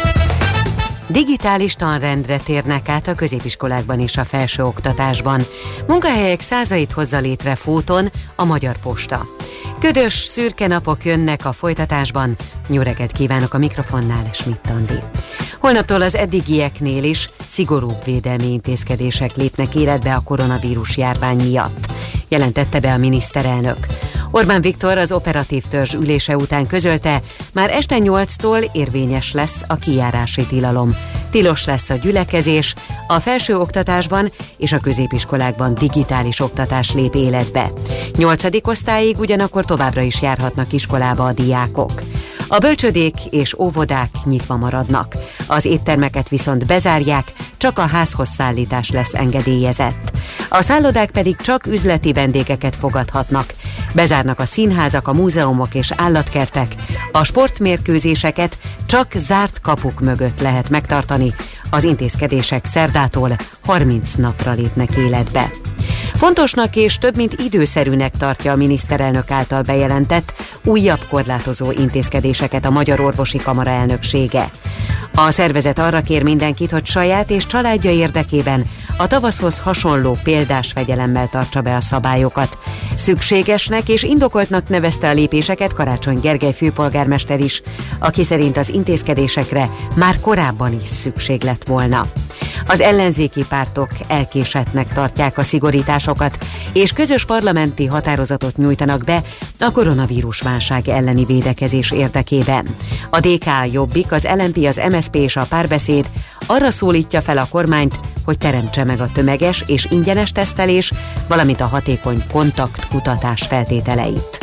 Digitális tanrendre térnek át a középiskolákban és a felsőoktatásban. Munkahelyek százait hozza létre Fóton a Magyar Posta. Ködös, szürke napok jönnek a folytatásban. Jó reggelt kívánok, a mikrofonnál, Schmidt Andi. Holnaptól az eddigieknél is szigorúbb védelmi intézkedések lépnek életbe a koronavírus járvány miatt, jelentette be a miniszterelnök. Orbán Viktor az operatív törzs ülése után közölte, már este 8-tól érvényes lesz a kijárási tilalom. Tilos lesz a gyülekezés, a felsőoktatásban és a középiskolákban digitális oktatás lép életbe. 8. osztályig ugyanakkor továbbra is járhatnak iskolába a diákok. A bölcsödék és óvodák nyitva maradnak. Az éttermeket viszont bezárják, csak a házhoz szállítás lesz engedélyezett. A szállodák pedig csak üzleti vendégeket fogadhatnak. Bezárnak a színházak, a múzeumok és állatkertek. A sportmérkőzéseket csak zárt kapuk mögött lehet megtartani. Az intézkedések szerdától 30 napra lépnek életbe. Fontosnak és több mint időszerűnek tartja a miniszterelnök által bejelentett újabb korlátozó intézkedéseket a Magyar Orvosi Kamara elnöksége. A szervezet arra kér mindenkit, hogy saját és családja érdekében a tavaszhoz hasonló példás fegyelemmel tartsa be a szabályokat. Szükségesnek és indokoltnak nevezte a lépéseket Karácsony Gergely főpolgármester is, aki szerint az intézkedésekre már korábban is szükség lett volna. Az ellenzéki pártok elkésettnek tartják a szigorításokat, és közös parlamenti határozatot nyújtanak be a koronavírus válság elleni védekezés érdekében. A DK, Jobbik, az LMP, az MSZP és a Párbeszéd arra szólítja fel a kormányt, hogy teremtse meg a tömeges és ingyenes tesztelés, valamint a hatékony kontaktkutatás feltételeit.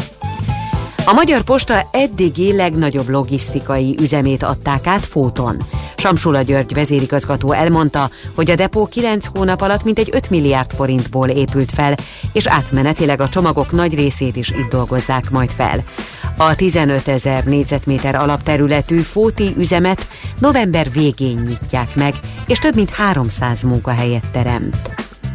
A Magyar Posta eddigi legnagyobb logisztikai üzemét adták át Fóton. Samsula György vezérigazgató elmondta, hogy a depó 9 hónap alatt mintegy 5 milliárd forintból épült fel, és átmenetileg a csomagok nagy részét is itt dolgozzák majd fel. A 15 000 négyzetméter alapterületű fóti üzemet november végén nyitják meg, és több mint 300 munkahelyet teremt.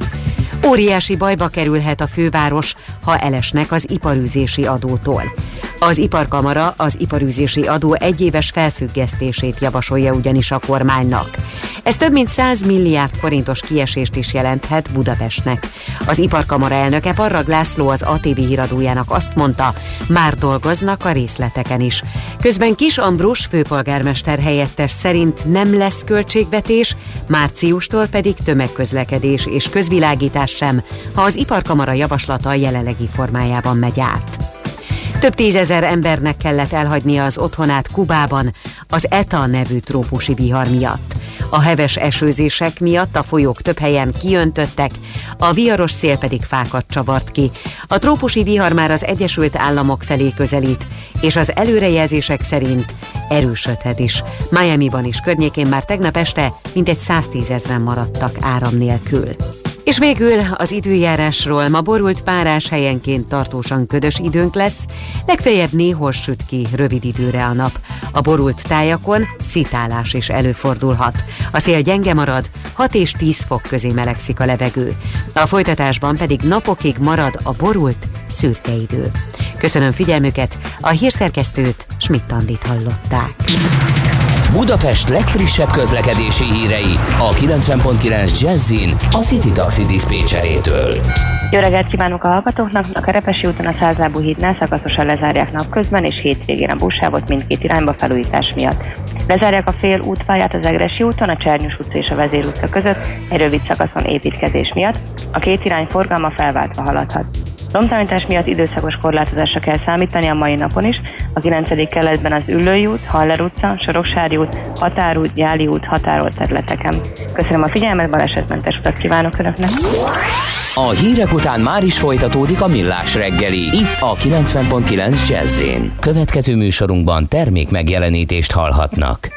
Óriási bajba kerülhet a főváros, ha elesnek az iparűzési adótól. Az Iparkamara az iparűzési adó egyéves felfüggesztését javasolja ugyanis a kormánynak. Ez több mint 100 milliárd forintos kiesést is jelenthet Budapestnek. Az Iparkamara elnöke Parrag László az ATV híradójának azt mondta, már dolgoznak a részleteken is. Közben Kis Ambrus főpolgármester helyettes szerint nem lesz költségvetés, márciustól pedig tömegközlekedés és közvilágítás sem, ha az Iparkamara javaslata a jelenlegi formájában megy át. Több 10 000 embernek kellett elhagynia az otthonát Kubában az ETA nevű trópusi vihar miatt. A heves esőzések miatt a folyók több helyen kiöntöttek, a viharos szél pedig fákat csavart ki. A trópusi vihar már az Egyesült Államok felé közelít, és az előrejelzések szerint erősödhet is. Miamiban is környékén már tegnap este mintegy 110 000 maradtak áram nélkül. És végül az időjárásról: ma borult párás, helyenként tartósan ködös időnk lesz, legfeljebb néhol süt ki rövid időre a nap. A borult tájakon szitálás is előfordulhat. A szél gyenge marad, 6 és 10 fok közé melegszik a levegő. A folytatásban pedig napokig marad a borult, szürke idő. Köszönöm figyelmüket, a hírszerkesztőt, Schmidt Andit hallották. Budapest legfrissebb közlekedési hírei a 90.9 Jazzin a City Taxi diszpécserétől. Jó reggelt kívánok a hallgatóknak! A Kerepesi úton a Százlábú hídnál szakaszosan lezárják napközben, és hétvégén a buszsávot mindkét irányba felújítás miatt. Lezárják a fél útpályát az Egressy úton, a Csernyus utca és a Vezér utca között egy rövid szakaszon építkezés miatt. A két irány forgalma felváltva haladhat. Lomtalanítás miatt időszakos korlátozásra kell számítani a mai napon is. A 9. kerületben az Üllői út, Haller utca, Soroksári út, Határút, Gyáli út határolt területeken. Köszönöm a figyelmet, balesetmentes utat kívánok Önöknek! A hírek után már is folytatódik a Millás reggeli, itt a 90.9 Jazz-én. Következő műsorunkban termék megjelenítést hallhatnak.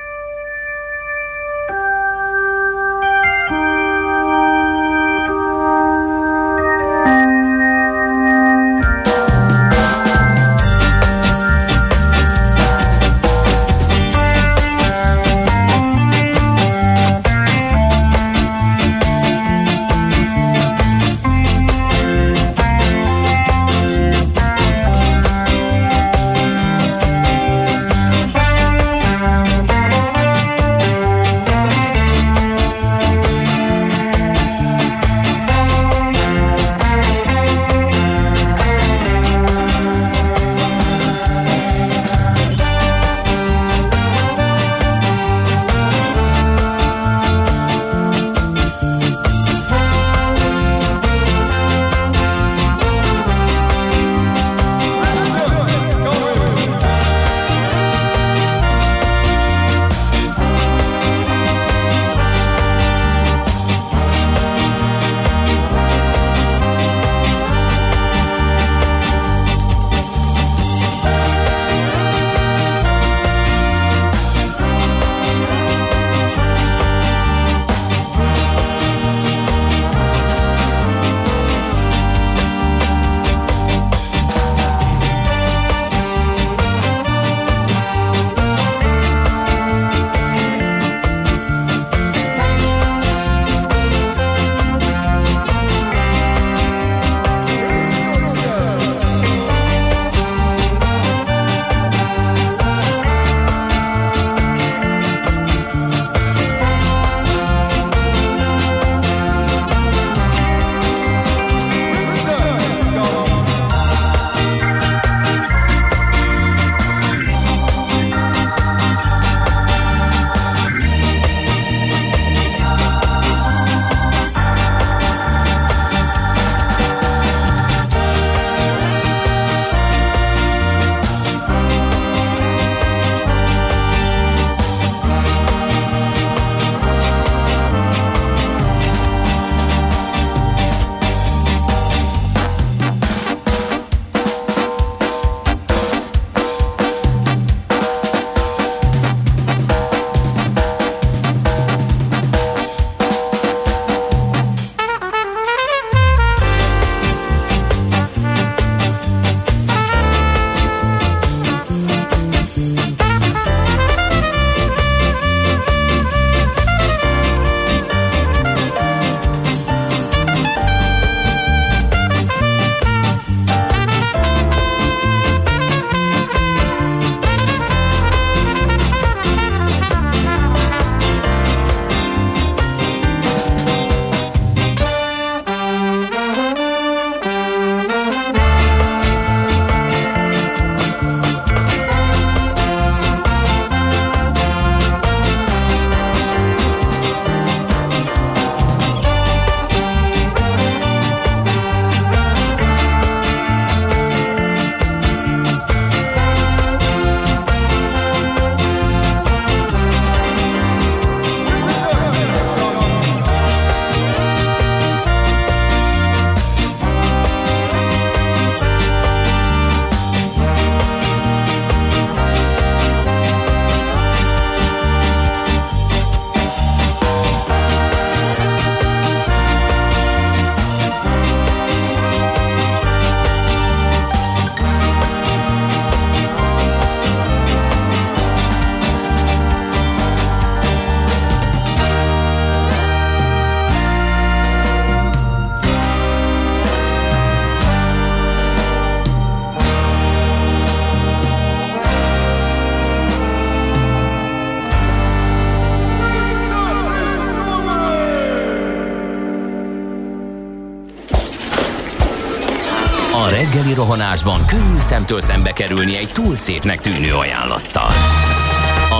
A reggeli rohanásban könnyű szemtől szembe kerülni egy túl szépnek tűnő ajánlattal.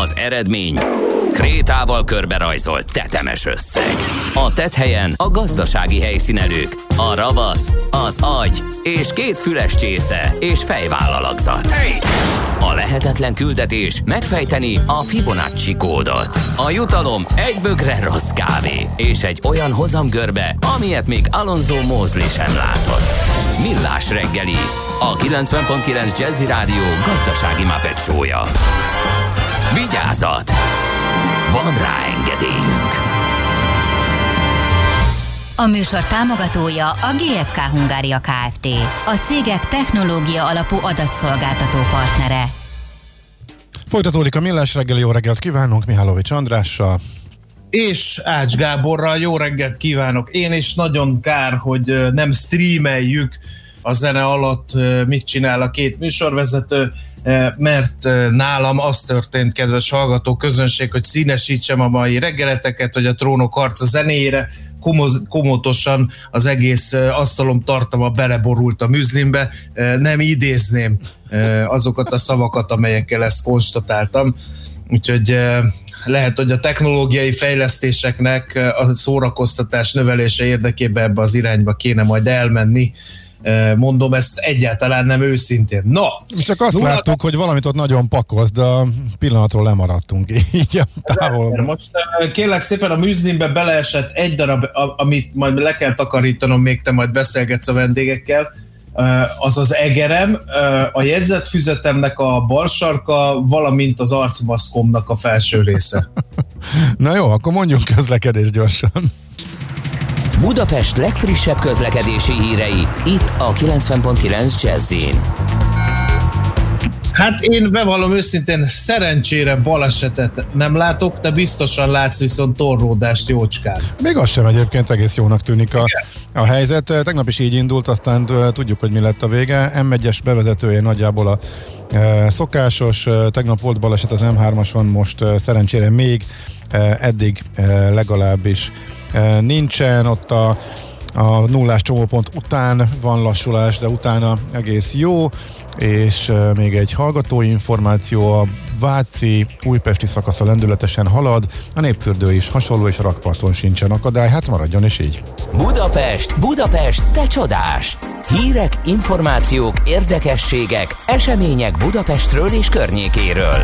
Az eredmény? Krétával körberajzolt tetemes összeg. A tetthelyen a gazdasági helyszínelők, a ravasz, az agy és 2 füles csésze és fejvállalakzat. A lehetetlen küldetés megfejteni a Fibonacci kódot. A jutalom egy bögre rossz kávé és egy olyan hozamgörbe, amilyet még Alonso Mosley sem látott. Millás reggeli, a 90.9 Jazzy Rádió gazdasági Muppet show-ja. Vigyázat! Van rá engedélyünk! A műsor támogatója a GFK Hungária Kft. A cégek technológia alapú adatszolgáltató partnere. Folytatódik a Millás reggeli, jó reggelt kívánunk Mihálovics Andrással. És Ács Gáborral jó reggelt kívánok. Én is nagyon kár, hogy nem streameljük a zene alatt, mit csinál a 2 műsorvezető, mert nálam az történt, kedves hallgató közönség, hogy színesítsem a mai reggeleteket, hogy a Trónok harca zenéjére komótosan az egész asztalom tartalma beleborult a műzlimbe. Nem idézném azokat a szavakat, amelyekkel ezt konstatáltam. Úgyhogy lehet, hogy a technológiai fejlesztéseknek a szórakoztatás növelése érdekében ebbe az irányba kéne majd elmenni. Mondom ezt egyáltalán nem őszintén. Na! Csak azt láttuk, hogy valamit ott nagyon pakolsz, de a pillanatról lemaradtunk így a távolban. Most kérlek szépen a műzlimbe beleesett egy darab, amit majd le kell takarítanom, még te majd beszélgetsz a vendégekkel. Az az egerem, a jegyzetfüzetemnek a bal sarka, valamint az arcmaszkomnak a felső része. Na jó, akkor mondjunk közlekedés gyorsan. Budapest legfrissebb közlekedési hírei, itt a 90.9 Jazz-in. Hát én bevallom őszintén, szerencsére balesetet nem látok, de biztosan látsz viszont torlódást jócskán. Még az sem egyébként egész jónak tűnik a helyzet. Tegnap is így indult, aztán tudjuk, hogy mi lett a vége. M1-es bevezetője nagyjából a szokásos. Tegnap volt baleset az M3-ason, most szerencsére még eddig legalábbis nincsen. Ott a nullás csomópont után van lassulás, de utána egész jó. És még egy hallgatói információ, a váci újpesti szakasza lendületesen halad, a Népfürdő is hasonló, és a rakparton sincsen akadály, hát maradjon is így. Budapest, Budapest, te csodás! Hírek, információk, érdekességek, események Budapestről és környékéről.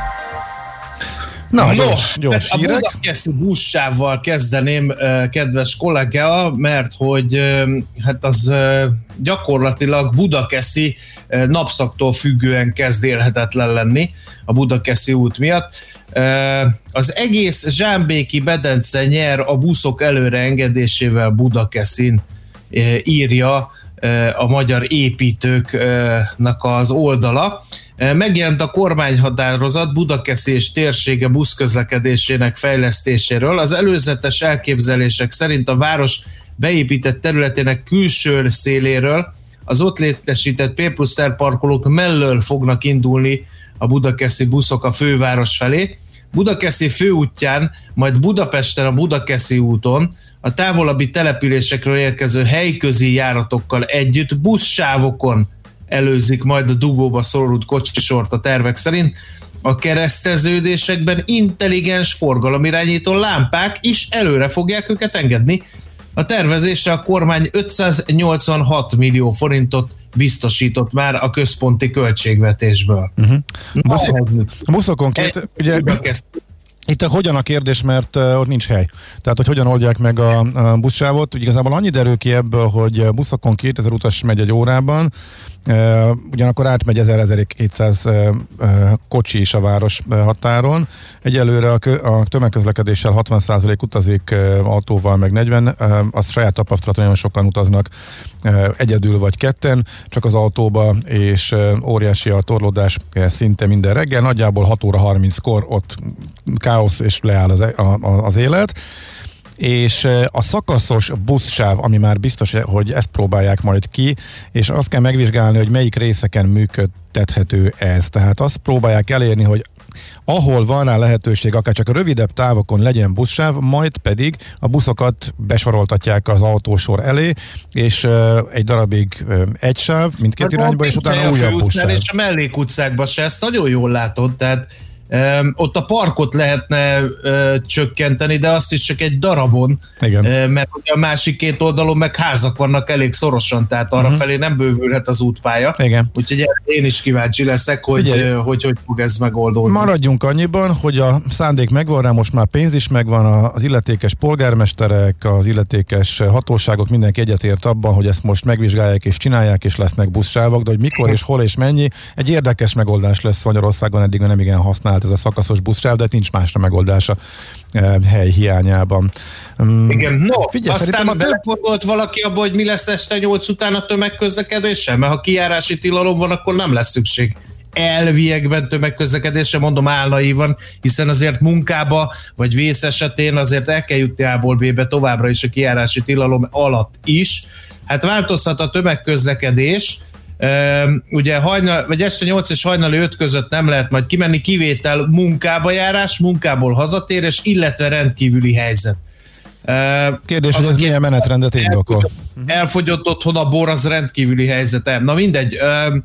Na, gyors a hírek. budakeszi buszsávval kezdeném, kedves kollega, mert hogy hát az gyakorlatilag budakeszi napszaktól függően kezd élhetetlen lenni a Budakeszi út miatt. Az egész Zsámbéki medence nyer a buszok előreengedésével Budakeszin, írja a magyar építőknek az oldala. Megjelent a kormányhatározat Budakeszi és térsége buszközlekedésének fejlesztéséről. Az előzetes elképzelések szerint a város beépített területének külső széléről az ott létesített P+R parkolók mellől fognak indulni a budakeszi buszok a főváros felé. Budakeszi főútján, majd Budapesten a Budakeszi úton a távolabbi településekről érkező helyközi járatokkal együtt buszsávokon előzik majd a dugóba szorult kocsisort a tervek szerint. A kereszteződésekben intelligens forgalomirányító lámpák is előre fogják őket engedni. A tervezésre a kormány 586 millió forintot biztosított már a központi költségvetésből. Buszokon ugye, itt hogyan a kérdés, mert ott nincs hely. Tehát, hogy hogyan oldják meg a buszsávot. Igazából annyi derül ki ebből, hogy buszokon 2000 utas megy egy órában, ugyanakkor átmegy 1000-1200 kocsi is a város határon. Egyelőre a tömegközlekedéssel 60% utazik autóval, meg 40, az saját tapasztalat, nagyon sokan utaznak egyedül vagy ketten, csak az autóba, és óriási a torlódás szinte minden reggel. Nagyjából 6 óra 30-kor ott káosz, és leáll az élet. És a szakaszos buszsáv, ami már biztos, hogy ezt próbálják majd ki, és azt kell megvizsgálni, hogy melyik részeken működtethető ez. Tehát azt próbálják elérni, hogy ahol van rá lehetőség, akár csak a rövidebb távokon legyen buszsáv, majd pedig a buszokat besoroltatják az autósor elé, és egy darabig egy sáv mindkét irányba, és utána újabb buszsáv. És a mellékutcákban se, ezt nagyon jól látod, tehát Ott a parkot lehetne csökkenteni, de azt is csak egy darabon, mert a másik két oldalon meg házak vannak elég szorosan, tehát arra felé nem bővülhet az útpálya. Igen. Úgyhogy én is kíváncsi leszek, hogy fog ez megoldódni. Maradjunk annyiban, hogy a szándék megvan rá, most már pénz is megvan, az illetékes polgármesterek, az illetékes hatóságok, mindenki egyetért abban, hogy ezt most megvizsgálják és csinálják, és lesznek buszsávok, de hogy mikor és hol és mennyi, egy érdekes megoldás lesz Magyarországon, eddig nem igen használt ez a szakaszos buszsáv, de nincs másra megoldása hely hiányában. Igen, figyelj, aztán beleforgolt valaki abba, hogy mi lesz este 8 után a tömegközlekedéssel, mert ha kijárási tilalom van, akkor nem lesz szükség elviekben tömegközlekedésre, mondom álnaívan, hiszen azért munkába, vagy vész esetén azért el kell jutni A-ból B-be továbbra is a kijárási tilalom alatt is. Hát változhat a tömegközlekedés, ugye vagy este 8 és hajnali 5 között nem lehet majd kimenni, kivétel munkába járás, munkából hazatérés, illetve rendkívüli helyzet. Kérdés, hogy ez milyen menetrendet indokol? Elfogyott otthon a bor, az rendkívüli helyzet. Na mindegy.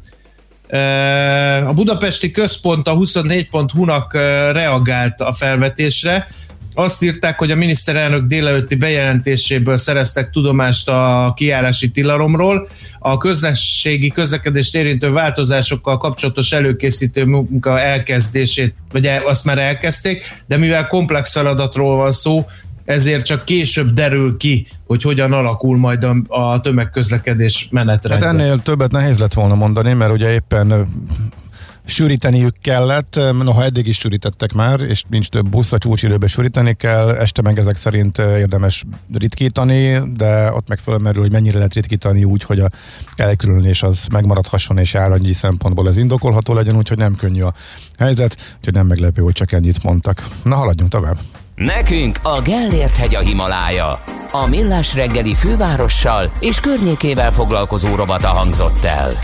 A budapesti központ a 24.hu-nak reagált a felvetésre. Azt írták, hogy a miniszterelnök délelőtti bejelentéséből szereztek tudomást a kijárási tilalomról. A közösségi közlekedést érintő változásokkal kapcsolatos előkészítő munka elkezdését, vagy azt már elkezdték, de mivel komplex feladatról van szó, ezért csak később derül ki, hogy hogyan alakul majd a tömegközlekedés menetrendje. Hát ennél többet nehéz lett volna mondani, mert ugye éppen sűríteniük kellett, noha eddig is sűrítettek már, és nincs több busz, a csúcsidőbe sűríteni kell, este meg ezek szerint érdemes ritkítani, de ott meg fölmerül, hogy mennyire lehet ritkítani úgy, hogy a elkülönülés az megmaradhasson, és árannyi szempontból ez indokolható legyen, úgyhogy nem könnyű a helyzet, úgyhogy nem meglepő, hogy csak ennyit mondtak. Na, haladjunk tovább. Nekünk a Gellért-hegy a Himalája. A Millás reggeli fővárossal és környékével foglalkozó rovata hangzott el.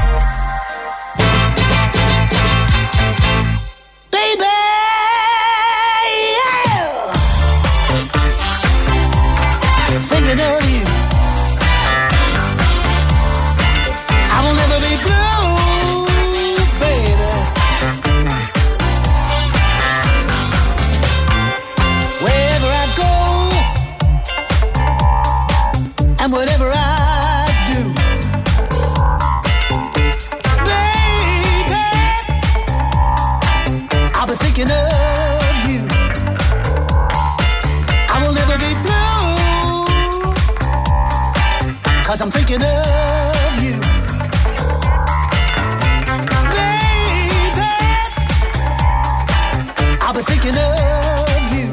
Thinking of you, I will never be blue, baby. Wherever I go, and whatever I do, baby, I'll be thinking of you. I will never be blue, 'cause I'm thinking of you. Baby, I'll be thinking of you.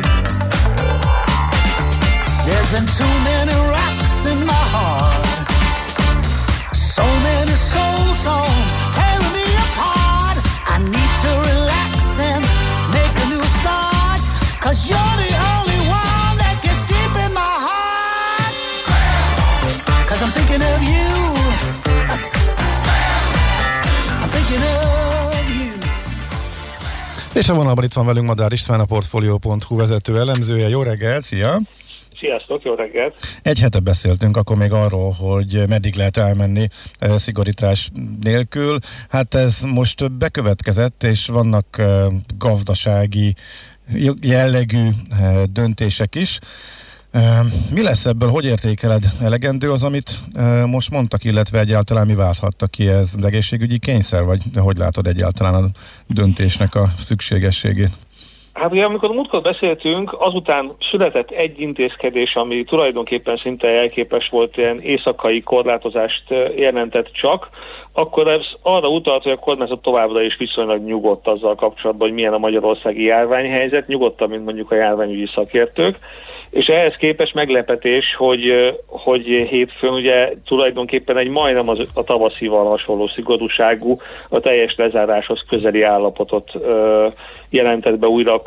There's been too many rocks in my heart, so many soul songs tearing me apart. I need to relax and make a new start, 'cause you're the only one that gets deep in my heart. 'Cause I'm thinking of you. I'm thinking of you. És a vonalban itt van velünk Madár István, a Portfolio.hu vezető elemzője. Jó reggelt, szia! Sziasztok, jó reggelt! Egy hete beszéltünk akkor még arról, hogy meddig lehet elmenni szigorítás nélkül. Hát ez most bekövetkezett, és vannak gazdasági jellegű döntések is. Mi lesz ebből, hogy értékeled? Elegendő az, amit most mondtak, illetve egyáltalán mi válthatta ki ez? Egészségügyi kényszer, vagy hogy látod egyáltalán a döntésnek a szükségességét? Hát ugye amikor múltkor beszéltünk, azután született egy intézkedés, ami tulajdonképpen szinte elképes volt, ilyen éjszakai korlátozást jelentett csak, akkor ez arra utalt, hogy a kormányzat továbbra is viszonylag nyugodt azzal kapcsolatban, hogy milyen a magyarországi járványhelyzet, nyugodtabb, mint mondjuk a járványügyi szakértők, és ehhez képest meglepetés, hogy hétfőn ugye tulajdonképpen egy majdnem a tavaszival hasonló szigorúságú, a teljes lezáráshoz közeli állapotot jelentett be újra a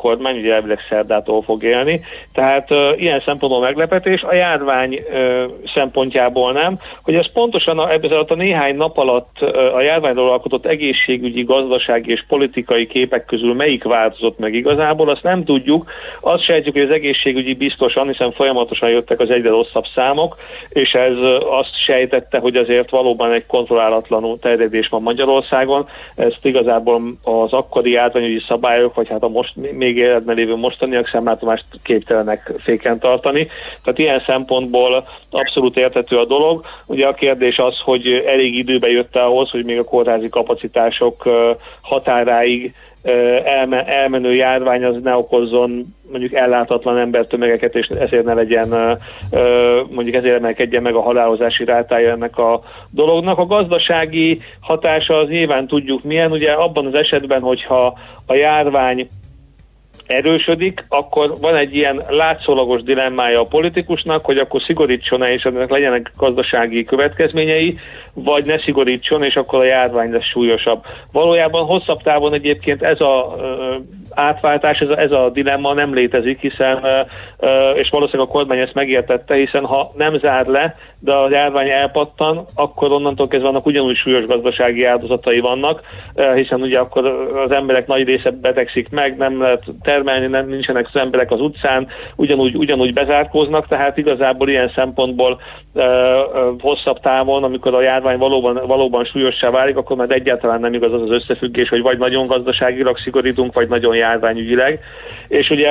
kormány, ugye elvileg szerdától fog élni, tehát ilyen szempontból meglepetés, a járvány szempontjából nem, hogy ez pontosan ebben alatt a néhány nap alatt a járványról alkotott egészségügyi, gazdasági és politikai képek közül melyik változott meg igazából, azt nem tudjuk, azt sejtjük, hogy az egészségügyi biztosan, hiszen folyamatosan jöttek az egyre rosszabb számok, és ez azt sejtette, hogy azért valóban egy kontrollálatlanul terjedés van Magyarországon. Ezt igazából az akkori járványügyi szabályok, vagy hát a most még életben lévő mostaniak szemlátomást képtelenek féken tartani. Tehát ilyen szempontból abszolút érthető a dolog. Ugye a kérdés az, hogy elég időbe jött ahhoz, hogy még a kórházi kapacitások határáig elmenő járvány az ne okozzon mondjuk ellátatlan embertömegeket, és ezért ne legyen, mondjuk ezért emelkedjen meg a halálozási rátája ennek a dolognak. A gazdasági hatása az nyilván tudjuk milyen, ugye abban az esetben, hogyha a járvány erősödik, akkor van egy ilyen látszólagos dilemmája a politikusnak, hogy akkor szigorítson-e, és ennek legyenek gazdasági következményei, vagy ne szigorítson, és akkor a járvány lesz súlyosabb. Valójában hosszabb távon egyébként ez a átváltás, ez a dilemma nem létezik, hiszen, és valószínűleg a kormány ezt megértette, hiszen ha nem zár le, de a járvány elpattan, akkor onnantól kezdve annak ugyanúgy súlyos gazdasági áldozatai vannak, hiszen ugye akkor az emberek nagy része betegszik meg, nem lehet termelni, nincsenek az emberek az utcán, ugyanúgy bezárkóznak, tehát igazából ilyen szempontból hosszabb távon, amikor a járvány valóban súlyossá válik, akkor már egyáltalán nem igaz az az összefüggés, hogy vagy nagyon gazdaságilag szigorítunk, vagy nagyon járványügyileg. És ugye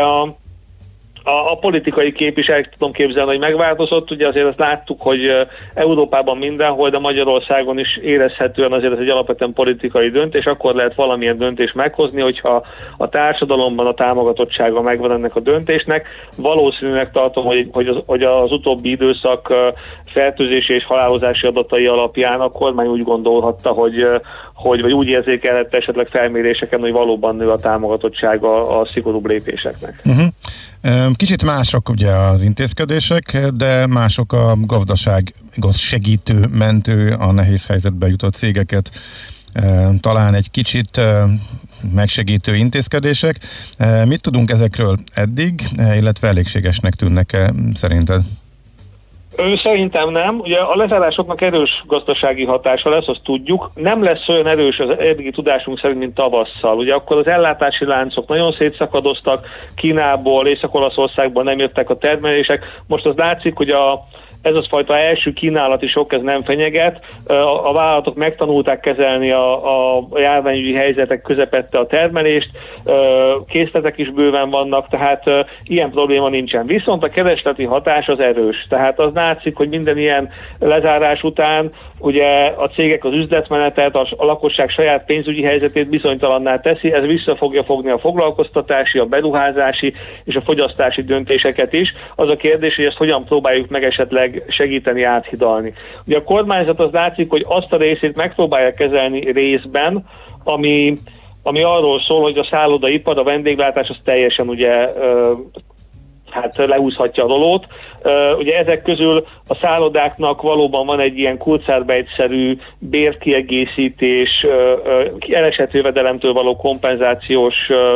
a politikai kép is el tudom képzelni, hogy megváltozott. Ugye azért azt láttuk, hogy Európában mindenhol, de Magyarországon is érezhetően azért ez egy alapvetően politikai döntés, akkor lehet valamilyen döntést meghozni, hogyha a társadalomban a támogatottsága megvan ennek a döntésnek. Valószínűleg tartom, hogy az utóbbi időszak fertőzési és halálozási adatai alapján a kormány úgy gondolhatta, vagy úgy érzékelhette esetleg felméréseken, hogy valóban nő a támogatottsága a szigorúbb lépéseknek. Kicsit mások ugye az intézkedések, de mások a gazdaság segítő, mentő, a nehéz helyzetbe jutott cégeket talán egy kicsit megsegítő intézkedések. Mit tudunk ezekről eddig, illetve elégségesnek tűnnek-e szerinted? Szerintem nem. Ugye a lezárásoknak erős gazdasági hatása lesz, azt tudjuk. Nem lesz olyan erős az eddigi tudásunk szerint, mint tavasszal. Ugye akkor az ellátási láncok nagyon szétszakadoztak, Kínából, Észak-Olaszországból nem jöttek a termelések. Most az látszik, hogy ez az fajta első kínálati sok, ez nem fenyeget. A vállalatok megtanulták kezelni a járványügyi helyzetek közepette a termelést, készletek is bőven vannak, tehát ilyen probléma nincsen. Viszont a keresleti hatás az erős. Tehát az látszik, hogy minden ilyen lezárás után ugye a cégek az üzletmenetet, a lakosság saját pénzügyi helyzetét bizonytalanná teszi, ez vissza fogja fogni a foglalkoztatási, a beruházási és a fogyasztási döntéseket is. Az a kérdés, hogy ezt hogyan próbáljuk meg esetleg segíteni, áthidalni. Ugye a kormányzat az látszik, hogy azt a részét megpróbálja kezelni részben, ami arról szól, hogy a szállodaipar, a vendéglátás az teljesen ugye lehúzhatja a rolót. Ugye ezek közül a szállodáknak valóban van egy ilyen kurzarbeit-szerű bérkiegészítés, elesett jövedelemtől való kompenzációs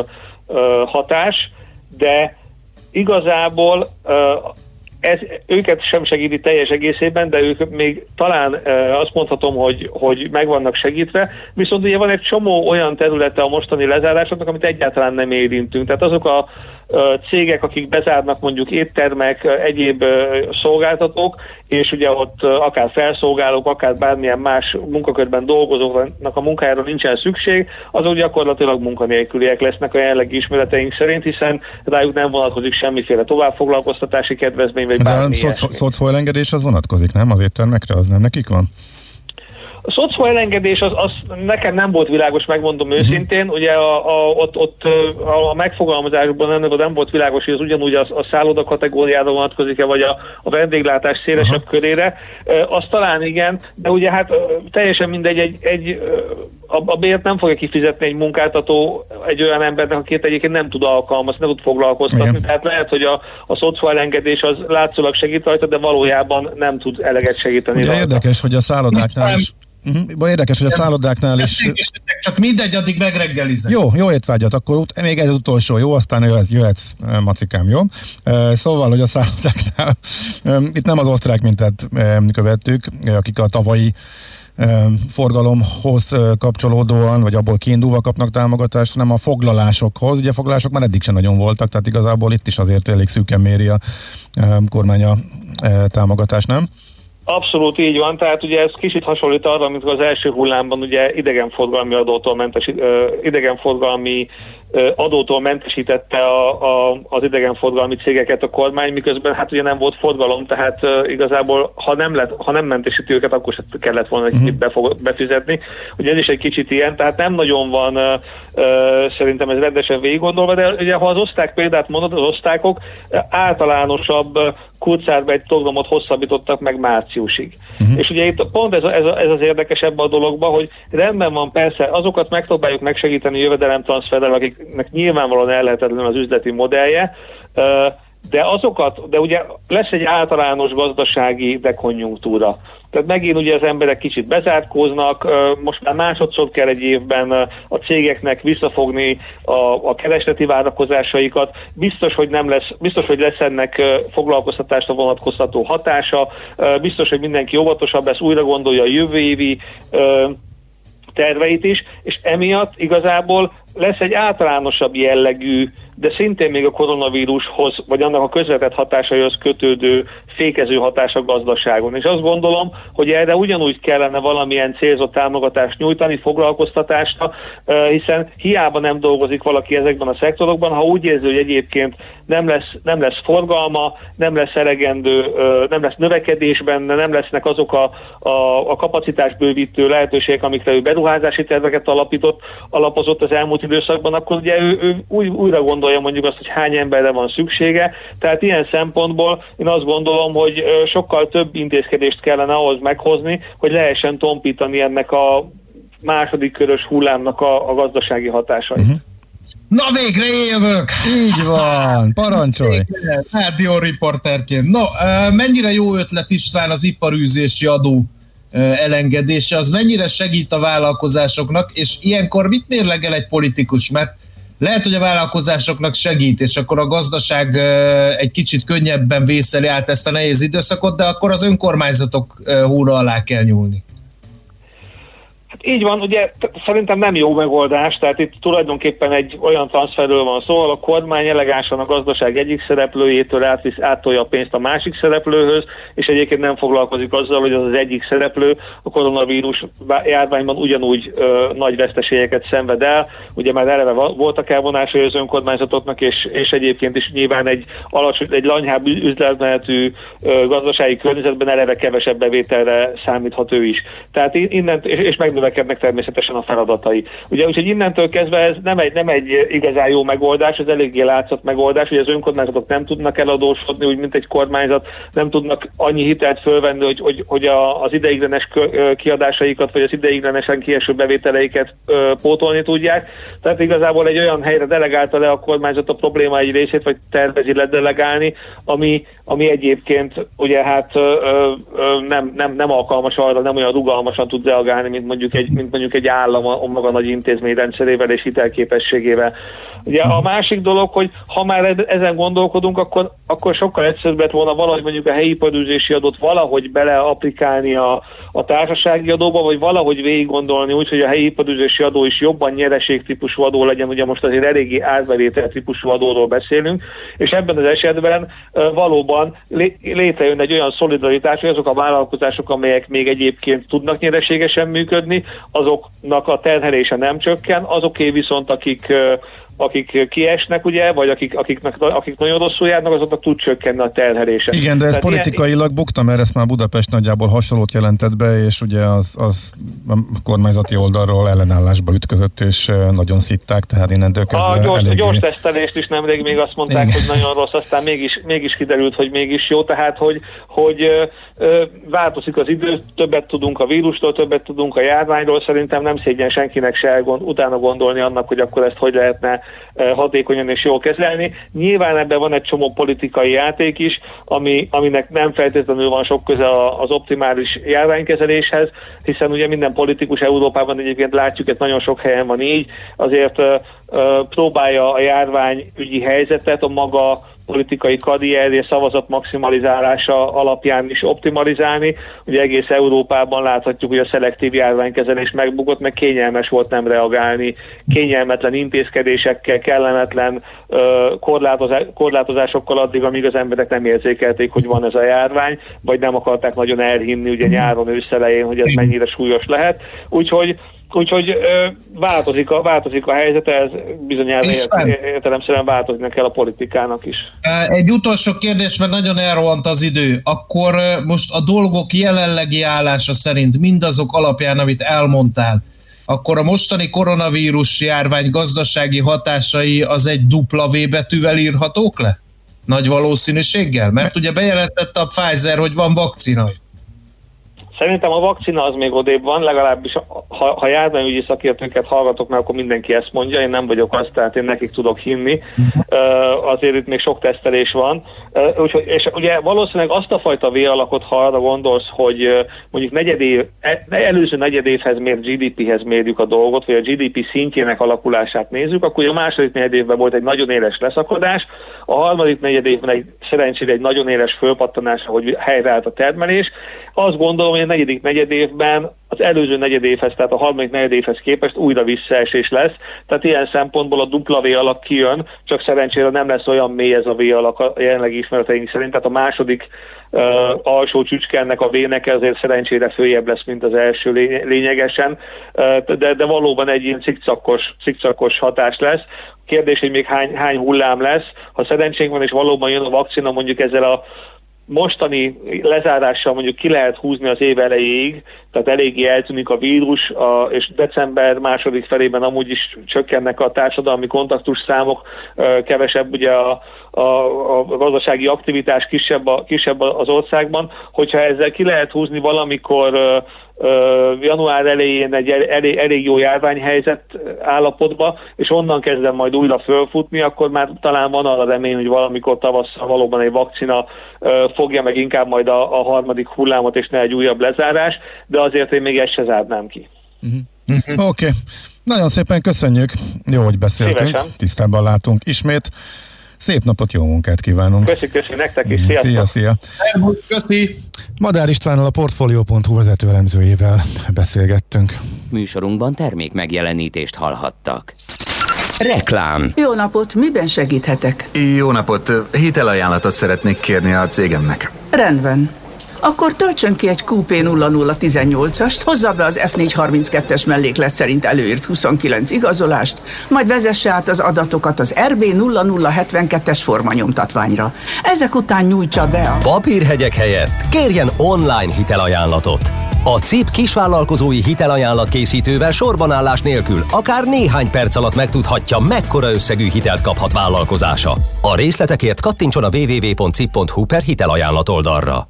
hatás, de igazából ez őket sem segíti teljes egészében, de ők még talán azt mondhatom, hogy meg vannak segítve, viszont ugye van egy csomó olyan területe a mostani lezárásoknak, amit egyáltalán nem érintünk. Tehát azok a cégek, akik bezárnak, mondjuk éttermek, egyéb szolgáltatók, és ugye ott akár felszolgálók, akár bármilyen más munkakörben dolgozóknak a munkájára nincsen szükség, azok gyakorlatilag munkanélküliek lesznek a jelenlegi ismereteink szerint, hiszen rájuk nem vonatkozik semmiféle továbbfoglalkoztatási kedvezmény, vagy bármi ilyesmi. A szocfoelengedés az vonatkozik, nem? Az éttermekre, az nem nekik van? A szocfoelengedés az nekem nem volt világos, megmondom őszintén. Ugye a megfogalmazásban nem volt világos, hogy az ugyanúgy a szálloda kategóriára vonatkozik-e, vagy a vendéglátás szélesebb körére. Az talán igen, de ugye hát teljesen mindegy, egy a bért nem fogja kifizetni egy munkáltató egy olyan embernek, akit egyébként nem tud alkalmazni, nem tud foglalkoztatni. Igen. Tehát lehet, hogy a szociálengedés az látszólag segít rajta, de valójában nem tud eleget segíteni. Ugye érdekes, hogy a szállodáknál is... Érdekes, hogy a szállodáknál is... Csak mindegy, addig megreggelizek. Jó étvágyat, akkor még ez utolsó, jó? Aztán jöhetsz macikám, jó? Szóval, hogy a szállodáknál itt nem az osztrák mintát követtük, akik a tavalyi forgalomhoz kapcsolódóan, vagy abból kiindulva kapnak támogatást, hanem a foglalásokhoz. Ugye a foglalások már eddig sem nagyon voltak, tehát igazából itt is azért elég szűken méri a kormány a támogatást, nem? Abszolút így van, tehát ugye ez kicsit hasonlít arra, mint az első hullámban ugye idegenforgalmi adótól mentesítette az idegenforgalmi cégeket a kormány, miközben hát ugye nem volt forgalom, tehát igazából ha nem mentesíti őket, akkor se kellett volna befizetni. Ugye ez is egy kicsit ilyen, tehát nem nagyon van szerintem ez rendesen végiggondolva, de ugye ha az osztrák példát mondod, az osztrákok általánosabb Kurzarbeit programot hosszabbítottak meg márciusig. És ugye itt pont ez az érdekesebb a dologban, hogy rendben van, persze azokat megpróbáljuk megsegíteni jövedelemtranszferrel, akiknek nyilvánvalóan ellehetetlen az üzleti modellje, de ugye lesz egy általános gazdasági dekonjunktúra. Tehát megint ugye az emberek kicsit bezárkóznak, most már másodszor kell egy évben a cégeknek visszafogni a keresleti várakozásaikat, biztos, hogy lesz ennek foglalkoztatásra vonatkoztató hatása, biztos, hogy mindenki óvatosabb lesz, újra gondolja a jövő évi terveit is, és emiatt igazából lesz egy általánosabb jellegű, de szintén még a koronavírushoz, vagy annak a közvetett hatásaihoz kötődő fékező hatás a gazdaságon. És azt gondolom, hogy erre ugyanúgy kellene valamilyen célzott támogatást nyújtani, foglalkoztatásra, hiszen hiába nem dolgozik valaki ezekben a szektorokban, ha úgy érzi, hogy egyébként nem lesz forgalma, nem lesz elegendő, nem lesz növekedés benne, nem lesznek azok a kapacitásbővítő lehetőségek, amikre ő beruházási terveket alapozott az elmúlt időszakban, akkor ugye ő újra gondolja mondjuk azt, hogy hány emberre van szüksége. Tehát ilyen szempontból én azt gondolom, hogy sokkal több intézkedést kellene ahhoz meghozni, hogy lehessen tompítani ennek a második körös hullámnak a gazdasági hatásait. Na végre jövök! Így van, parancsolj! Rádió riporterként. No, mennyire jó ötlet István az iparűzési adó elengedése, az mennyire segít a vállalkozásoknak, és ilyenkor mit mérlegel egy politikus, mert lehet, hogy a vállalkozásoknak segít, és akkor a gazdaság egy kicsit könnyebben vészeli át ezt a nehéz időszakot, de akkor az önkormányzatok húra alá kell nyúlni. Hát így van, ugye szerintem nem jó megoldás, tehát itt tulajdonképpen egy olyan transferről van szó, ahol a kormány elegánsan a gazdaság egyik szereplőjétől áttolja a pénzt a másik szereplőhöz, és egyébként nem foglalkozik azzal, hogy az egyik szereplő a koronavírus járványban ugyanúgy nagy veszteségeket szenved el. Ugye már eleve voltak elvonásai az önkormányzatoknak, és egyébként is nyilván egy lanyhább üzletmenetű gazdasági környezetben eleve kevesebb bevételre számíthat ő is. Tehát innen, és megnövekednek természetesen a feladatai. Ugye úgyhogy innentől kezdve ez nem egy igazán jó megoldás, ez eléggé látszott megoldás, hogy az önkormányzatok nem tudnak eladósodni, úgy mint egy kormányzat, nem tudnak annyi hitelt fölvenni, hogy az ideiglenes kiadásaikat, vagy az ideiglenesen kieső bevételeiket pótolni tudják. Tehát igazából egy olyan helyre delegálta le a kormányzat a probléma egy részét, vagy tervezi ledelegálni, ami egyébként ugye hát nem alkalmas arra, nem olyan rugalmasan tud reagálni, mint mondjuk egy állam a maga nagy intézményrendszerével és hitelképességével. Ugye a másik dolog, hogy ha már ezen gondolkodunk, akkor sokkal egyszerűbb lett volna valahogy mondjuk a helyi iparűzési adót valahogy beleapplikálni a társasági adóba, vagy valahogy végig gondolni úgy, hogy a helyi iparűzési adó is jobban nyereségtípusú adó legyen, ugye most azért eléggé árbevétel típusú adóról beszélünk, és ebben az esetben valóban létrejön egy olyan szolidaritás, hogy azok a vállalkozások, amelyek még egyébként tudnak nyereségesen működni, azoknak a terhelése nem csökken, azoké viszont, akik kiesnek, ugye, vagy akik nagyon rosszul járnak, azoknak tud csökkenni a terhelése. Igen, de ez politikailag bukta, mert ezt már Budapest nagyjából hasonlót jelentett be, és ugye az a kormányzati oldalról ellenállásba ütközött, és nagyon szitták, tehát innentől kezdve a gyors tesztelést is nemrég még azt mondták, igen, hogy nagyon rossz, aztán mégis kiderült, hogy mégis jó, tehát hogy változik az idő, többet tudunk a vírustól, többet tudunk a járványról, szerintem nem szégyen senkinek se utána gondolni annak, hogy akkor ezt hogy lehetne hatékonyan és jól kezelni. Nyilván ebben van egy csomó politikai játék is, aminek nem feltétlenül van sok köze az optimális járványkezeléshez, hiszen ugye minden politikus Európában egyébként látjuk, hogy nagyon sok helyen van így, azért próbálja a járványügyi helyzetet a maga politikai karrierje, szavazat maximalizálása alapján is optimalizálni. Ugye egész Európában láthatjuk, hogy a szelektív járványkezelés megbukott, meg kényelmes volt nem reagálni, kényelmetlen intézkedésekkel, kellemetlen korlátozásokkal addig, amíg az emberek nem érzékelték, hogy van ez a járvány, vagy nem akarták nagyon elhinni ugye nyáron, őszelején, hogy ez mennyire súlyos lehet. Úgyhogy változik a helyzet, ez bizonyára értelemszerűen változnia kell a politikának is. Egy utolsó kérdés, mert nagyon elrohant az idő. Akkor most a dolgok jelenlegi állása szerint mindazok alapján, amit elmondtál, akkor a mostani koronavírus járvány gazdasági hatásai az egy W betűvel írhatók le? Nagy valószínűséggel? Mert ugye bejelentette a Pfizer, hogy van vakcina. Szerintem a vakcina az még odébb van, legalábbis ha járványügyi szakértőket hallgatok meg, akkor mindenki ezt mondja, én nem vagyok az, tehát én nekik tudok hinni. Azért itt még sok tesztelés van. És ugye valószínűleg azt a fajta V-alakot, ha arra gondolsz, hogy mondjuk előző negyedévhez mért GDP-hez mérjük a dolgot, vagy a GDP szintjének alakulását nézzük, akkor a második negyedévben volt egy nagyon éles leszakadás, a harmadik negyedévben szerencsére egy nagyon éles fölpattanás, hogy helyreállt a termelés. Azt gondolom, hogy a negyedik negyedévben az előző negyedévhez, tehát a harmadik negyedévhez képest újra visszaesés lesz. Tehát ilyen szempontból a W alak kijön, csak szerencsére nem lesz olyan mély ez a V alak a jelenlegi ismereteink szerint. Tehát a második alsó csücske ennek a V-nek azért szerencsére följebb lesz, mint az első lényegesen. De valóban egy ilyen cikcakos hatás lesz. Kérdés, hogy még hány hullám lesz. Ha szerencsénk van és valóban jön a vakcina, mondjuk ezzel a mostani lezárással mondjuk ki lehet húzni az év elejéig, tehát eléggé eltűnik a vírus, és december második felében amúgy is csökkennek a társadalmi kontaktus számok, kevesebb ugye a gazdasági aktivitás, kisebb az országban. Hogyha ezzel ki lehet húzni valamikor január elején egy elég jó járványhelyzet állapotba, és onnan kezdem majd újra fölfutni, akkor már talán van arra remény, hogy valamikor tavasszal valóban egy vakcina fogja meg inkább majd a harmadik hullámot, és ne egy újabb lezárás, de azért én még ezt se zárnám ki. Oké. Nagyon szépen köszönjük. Jó, hogy beszéltünk. Szívesen. Tisztában látunk ismét. Szép napot, jó munkát kívánunk. Köszi nektek is. Sziasztok. Szia. Köszi. Madár Istvánnal, a Portfolio.hu vezető elemzőjével beszélgettünk. Műsorunkban termék megjelenítést hallhattak. Reklám. Jó napot, miben segíthetek? Jó napot, hitelajánlatot szeretnék kérni a cégemnek. Rendben. Akkor töltsön ki egy QP0018-ast, hozza be az F432-es melléklet szerint előírt 29 igazolást, majd vezesse át az adatokat az RB0072-es formanyomtatványra. Ezek után nyújtsa be a... Papírhegyek helyett kérjen online hitelajánlatot. A CIP kisvállalkozói hitelajánlatkészítővel sorbanállás nélkül akár néhány perc alatt megtudhatja, mekkora összegű hitelt kaphat vállalkozása. A részletekért kattintson a www.cip.hu/hitelajánlat oldalra.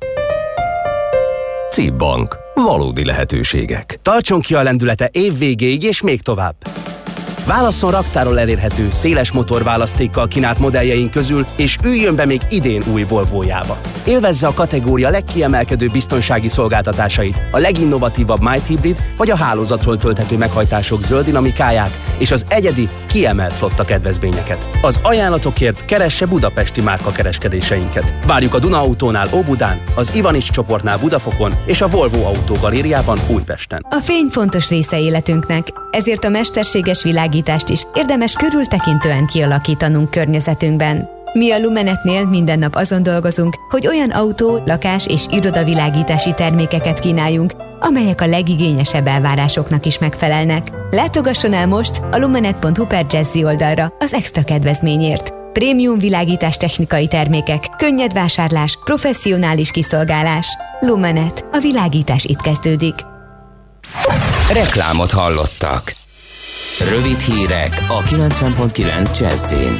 CIP Bank. Valódi lehetőségek. Tartson ki a lendülete év végéig és még tovább. Válasszon raktáról elérhető, széles motorválasztékkal kínált modelljeink közül, és üljön be még idén új Volvo-jába. Élvezze a kategória legkiemelkedőbb biztonsági szolgáltatásait, a leginnovatívabb Might Hybrid vagy a hálózatról tölthető meghajtások zöld dinamikáját és az egyedi, kiemelt flotta kedvezményeket. Az ajánlatokért keresse budapesti márkakereskedéseinket. Várjuk a Duna Autónál Óbudán, az Ivanics csoportnál Budafokon és a Volvo Autó Galériában Újpesten. A fény fontos része életünknek, ezért a mesterséges világítást is érdemes körültekintően kialakítanunk környezetünkben. Mi a Lumenetnél minden nap azon dolgozunk, hogy olyan autó, lakás és irodavilágítási termékeket kínáljunk, amelyek a legigényesebb elvárásoknak is megfelelnek. Látogasson el most a lumenet.hu/jazzy oldalra az extra kedvezményért. Prémium világítás technikai termékek, könnyed vásárlás, professzionális kiszolgálás. Lumenet. A világítás itt kezdődik. Reklámot hallottak. Rövid hírek a 90.9 Jazzyn.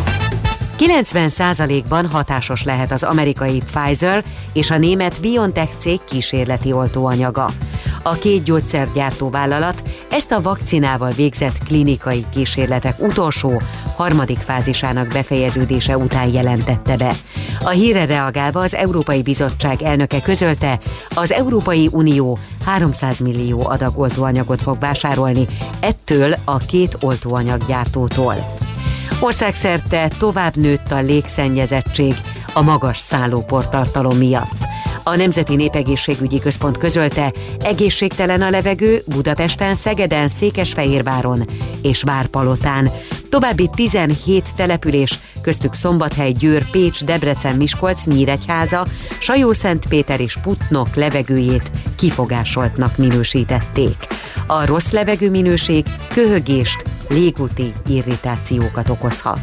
90%-ban hatásos lehet az amerikai Pfizer és a német BioNTech cég kísérleti oltóanyaga. A két gyógyszergyártó vállalat ezt a vakcinával végzett klinikai kísérletek utolsó, harmadik fázisának befejeződése után jelentette be. A hírre reagálva az Európai Bizottság elnöke közölte, az Európai Unió 300 millió adag oltóanyagot fog vásárolni ettől a két oltóanyaggyártótól. Országszerte tovább nőtt a légszennyezettség a magas szállóportartalom miatt. A Nemzeti Népegészségügyi Központ közölte, egészségtelen a levegő Budapesten, Szegeden, Székesfehérváron és Várpalotán. További 17 település, köztük Szombathely, Győr, Pécs, Debrecen, Miskolc, Nyíregyháza, Sajó-Szentpéter és Putnok levegőjét kifogásoltnak minősítették. A rossz levegőminőség köhögést, légúti irritációkat okozhat.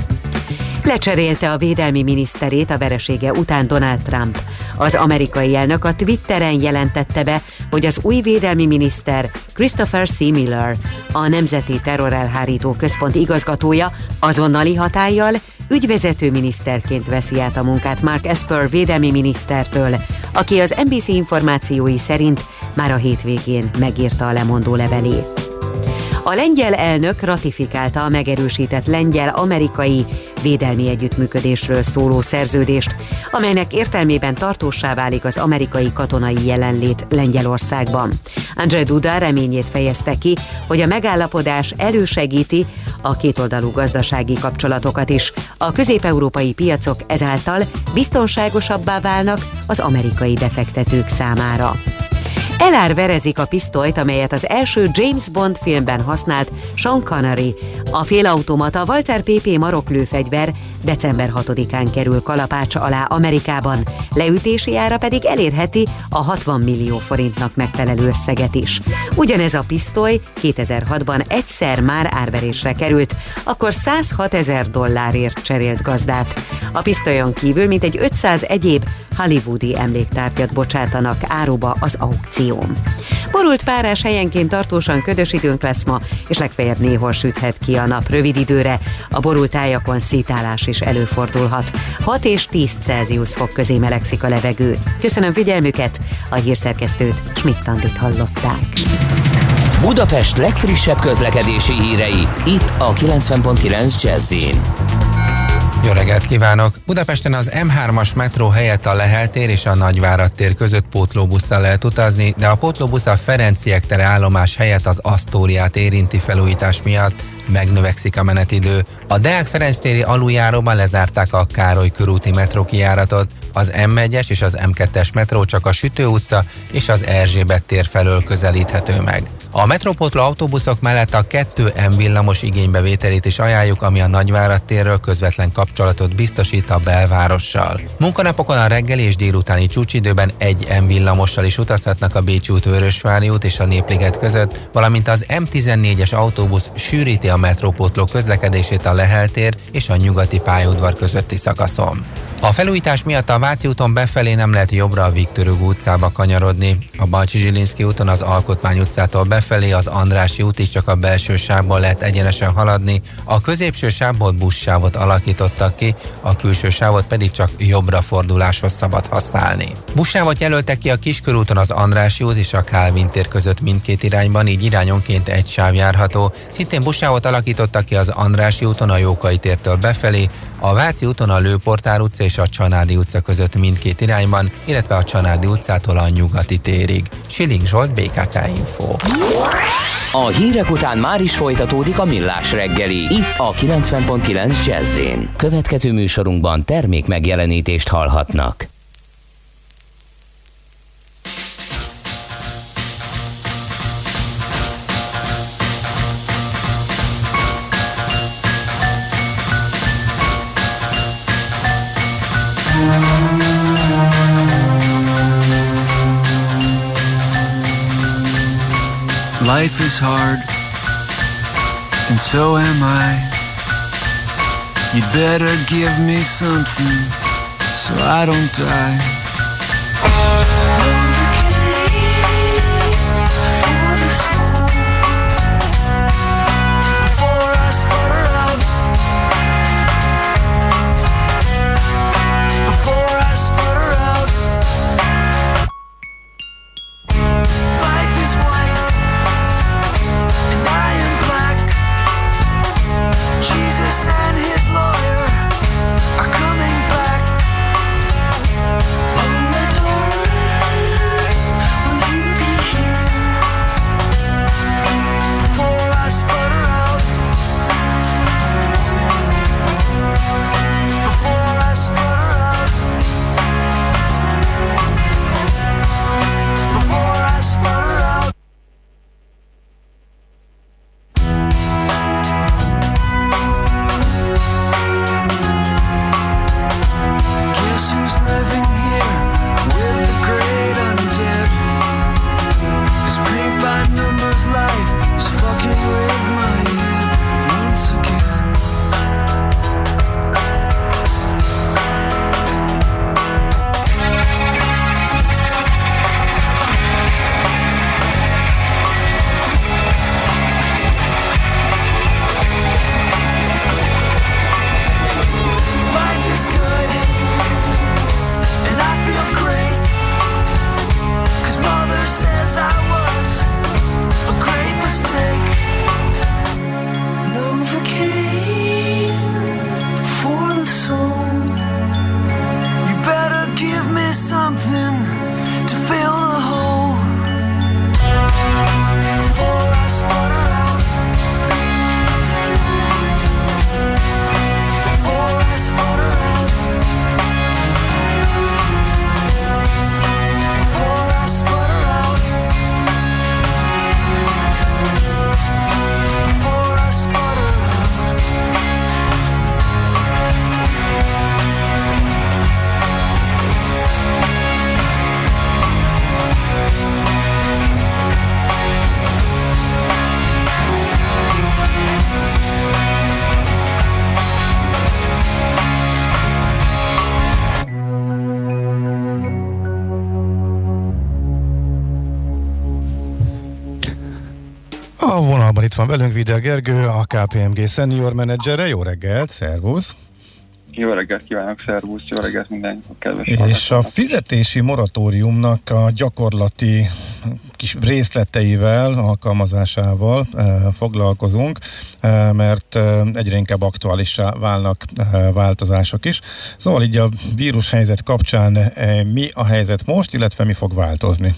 Lecserélte a védelmi miniszterét a veresége után Donald Trump. Az amerikai elnök a Twitteren jelentette be, hogy az új védelmi miniszter Christopher C. Miller, a Nemzeti Terrorelhárító Központ igazgatója azonnali hatállyal ügyvezető miniszterként veszi át a munkát Mark Esper védelmi minisztertől, aki az NBC információi szerint már a hétvégén megírta a lemondó levelét. A lengyel elnök ratifikálta a megerősített lengyel-amerikai védelmi együttműködésről szóló szerződést, amelynek értelmében tartóssá válik az amerikai katonai jelenlét Lengyelországban. Andrzej Duda reményét fejezte ki, hogy a megállapodás elősegíti a kétoldalú gazdasági kapcsolatokat is. A közép-európai piacok ezáltal biztonságosabbá válnak az amerikai befektetők számára. Elárverezik a pisztolyt, amelyet az első James Bond filmben használt Sean Connery. A félautomata Walter PP maroklőfegyver december 6-án kerül kalapács alá Amerikában, leütési ára pedig elérheti a 60 millió forintnak megfelelő összeget is. Ugyanez a pisztoly 2006-ban egyszer már árverésre került, akkor $106,000 cserélt gazdát. A pisztolyon kívül mintegy 500 egyéb hollywoodi emléktárgyat bocsátanak áruba az aukción. Borult párás, helyenként tartósan ködös időnk lesz ma, és legfeljebb néhol süthet ki a nap rövid időre. A borult tájakon szítálás is előfordulhat. 6 és 10 Celsius fok közé melegszik a levegő. Köszönöm figyelmüket, a hírszerkesztőt, Schmidt-Tandit hallották. Budapest legfrissebb közlekedési hírei, itt a 90.9 Jazzyn. Jó reggelt kívánok! Budapesten az M3-as metró helyett a Lehel tér és a Nagyvárad tér között pótlóbusszal lehet utazni, de a pótlóbusz a Ferenciek tere állomás helyett az Asztóriát érinti, felújítás miatt megnövekszik a menetidő. A Deák Ferenc téri aluljáróban lezárták a Károly körúti metrókijáratot, az M1-es és az M2-es metró csak a Sütő utca és az Erzsébet tér felől közelíthető meg. A metrópótló autóbuszok mellett a 2M villamos igénybevételét is ajánljuk, ami a Nagyvárad térről közvetlen kapcsolatot biztosít a belvárossal. Munkanapokon a reggeli és délutáni csúcsidőben 1M villamossal is utazhatnak a Bécsi út, Vörösvári út és a Népliget között, valamint az M14-es autóbusz sűríti a metrópótló közlekedését a Lehel tér és a Nyugati pályaudvar közötti szakaszon. A felújítás miatt a Váci úton befelé nem lehet jobbra a Viktor Hugo utcába kanyarodni. A Balcsi-Zsilinszky úton az Alkotmány utcától befelé az Andrássy útig csak a belső sávból lehet egyenesen haladni, a középső sávból buszsávot alakítottak ki, a külső sávot pedig csak jobbra forduláshoz szabad használni. Buszsávot jelöltek ki a Kiskörúton az Andrássy út és a Kálvin tér között mindkét irányban, így irányonként egy sáv járható. Szintén buszsávot alakítottak ki az Andrássy úton a Jókai tértől befelé, a Váci úton a Lőportár utca és a Csanádi utca között mindkét irányban, illetve a Csanádi utcától a Nyugati térig. Siling Zsolt, BKK Info. A hírek után már is folytatódik a Millás reggeli, itt a 90.9 Jazzyn. Következő műsorunkban termék megjelenítést hallhatnak. Life is hard, and so am I. You'd better give me something so I don't die. And his lawyer are coming back. Oh, my darling, will you be here before I sputter out? Before I sputter out. Before I sputter out. Living here with the great undead. This paint by numbers life is fucking with my head once again. Life is good. And I feel great, 'cause mother says I was a great mistake. Novocaine for the soul. You better give me something to fill the hole before I sputter out. Before I sputter out. Before I sputter out. Before I sputter out. A vonalban itt van velünk Videl Gergő, a KPMG Senior Menedzsere. Jó reggelt, szervusz! Jó reggelt kívánok, szervusz, jó reggelt minden kedves És hallgatónak. A fizetési moratóriumnak a gyakorlati kis részleteivel, alkalmazásával foglalkozunk, mert egyre inkább aktuálissá válnak változások is. Szóval így a vírushelyzet kapcsán mi a helyzet most, illetve mi fog változni?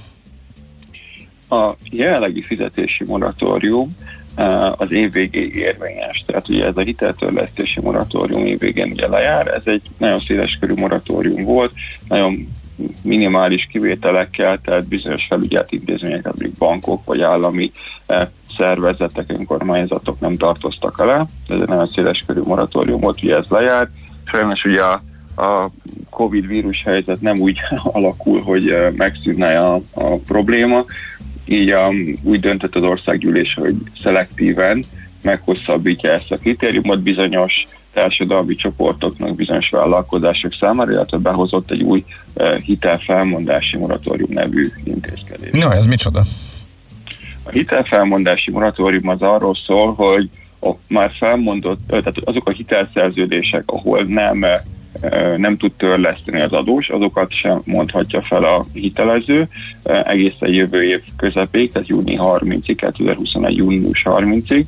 A jelenlegi fizetési moratórium az év végéig érvényes. Tehát ugye ez a hiteltörlesztési moratórium év végén ugye lejár, ez egy nagyon széleskörű moratórium volt, nagyon minimális kivételekkel, tehát bizonyos felügyelt intézmények, amik bankok vagy állami szervezetek, önkormányzatok nem tartoztak alá. Ez egy nagyon széleskörű moratórium volt, ugye ez lejár. Sajnos ugye a Covid vírus helyzet nem úgy alakul, hogy megszűnne a probléma, így úgy döntött az országgyűlés, hogy szelektíven meghosszabbítja ezt a kritériumot bizonyos társadalmi csoportoknak, bizonyos vállalkozások számára, illetve behozott egy új hitelfelmondási moratórium nevű intézkedés. Na, ez micsoda? A hitelfelmondási moratórium az arról szól, hogy már felmondott, tehát azok a hitelszerződések, ahol nem tud törleszteni az adós, azokat sem mondhatja fel a hitelező egészen jövő év közepéig, tehát június 30-ig, 2021. június 30-ig,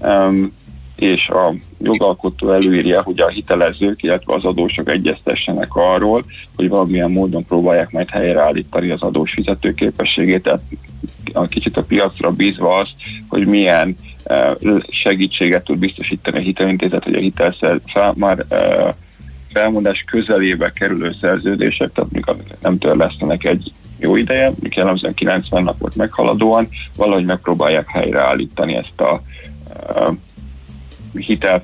és a jogalkotó előírja, hogy a hitelezők, illetve az adósok egyeztessenek arról, hogy valamilyen módon próbálják majd helyreállítani az adós fizetőképességét, tehát kicsit a piacra bízva azt, hogy milyen segítséget tud biztosítani a hitelintézet, hogy a hitelszer már felmondás közelébe kerülő szerződések, tehát mikor nem törlesztenek egy jó ideje, mikor jellemzően 90 napot meghaladóan, valahogy megpróbálják helyreállítani ezt a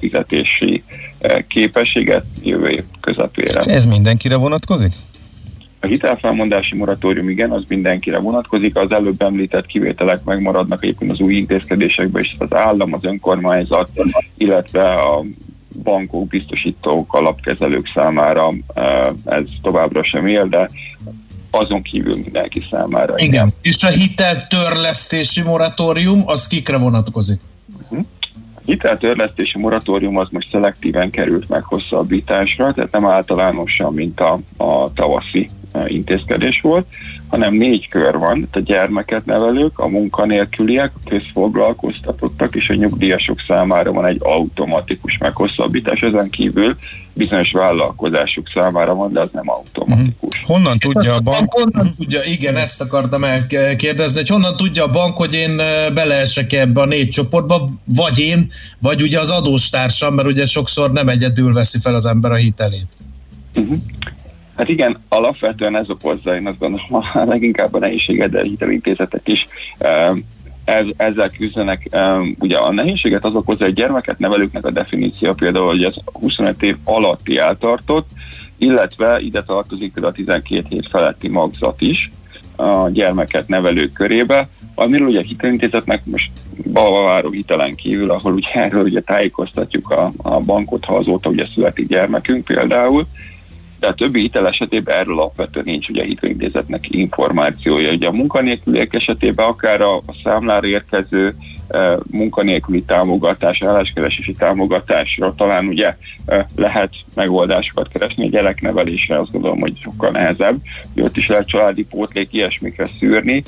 hitelfizetési képességet jövő év közepére. És ez mindenkire vonatkozik? A hitelfelmondási moratórium igen, az mindenkire vonatkozik, az előbb említett kivételek megmaradnak egyébként az új intézkedésekben is, az állam, az önkormányzat, illetve a bankok, biztosítók, alapkezelők számára ez továbbra sem él, de azon kívül mindenki számára. Igen. És a hiteltörlesztési moratórium, az kikre vonatkozik? A hiteltörlesztési moratórium az most szelektíven került meghosszabbításra, tehát nem általánosan, mint a tavaszi intézkedés volt, hanem 4 kör van, a gyermeket nevelők, a munkanélküliek, a közfoglalkoztatottak és a nyugdíjasok számára van egy automatikus meghosszabbítás, ezen kívül bizonyos vállalkozások számára van, de az nem automatikus. Honnan tudja a bank? Honnan tudja, igen, ezt akartam elkérdezni, hogy honnan tudja a bank, hogy én beleesek ebbe a 4 csoportba, vagy én, vagy ugye az adóstársam, mert ugye sokszor nem egyedül veszi fel az ember a hitelét. Hát igen, alapvetően ez okozza, én azt gondolom, leginkább a nehézséget, de a hitelintézetek is ezzel küzdenek. Ugye a nehézséget az okozza, hogy gyermeket nevelőknek a definíció például, hogy az 25 év alatti eltartott, illetve ide tartozik például a 12 hét feletti magzat is a gyermeket nevelők körébe, amiről ugye a hitelintézetnek most balvaváró hitelen kívül, ahol ugye erről ugye tájékoztatjuk a bankot, ha azóta ugye születik gyermekünk például, de a többi hitel esetében erről alapvetően nincs ugye a hitelintézetnek információja. Ugye a munkanélküliek esetében akár a számlára érkező munkanélküli támogatás, álláskeresési támogatásra talán ugye lehet megoldásokat keresni, a gyereknevelésre azt gondolom, hogy sokkal nehezebb. Ott is lehet családi pótlék, ilyesmikre szűrni,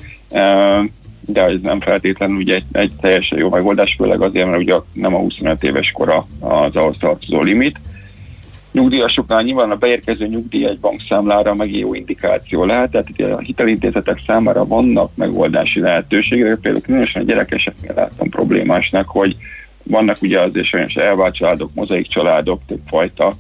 de ez nem feltétlenül ugye egy teljesen jó megoldás, főleg azért, mert ugye nem a 25 éves kora az ahhoz tartozó limit. Nyugdíjasoknál nyilván a beérkező nyugdíj egy bankszámlára meg jó indikáció lehet, tehát itt a hitelintézetek számára vannak megoldási lehetőségek, például különösen a gyerek esetnél láttam problémásnak, hogy vannak ugye azért sajnos elvált családok, mozaik családok, többfajta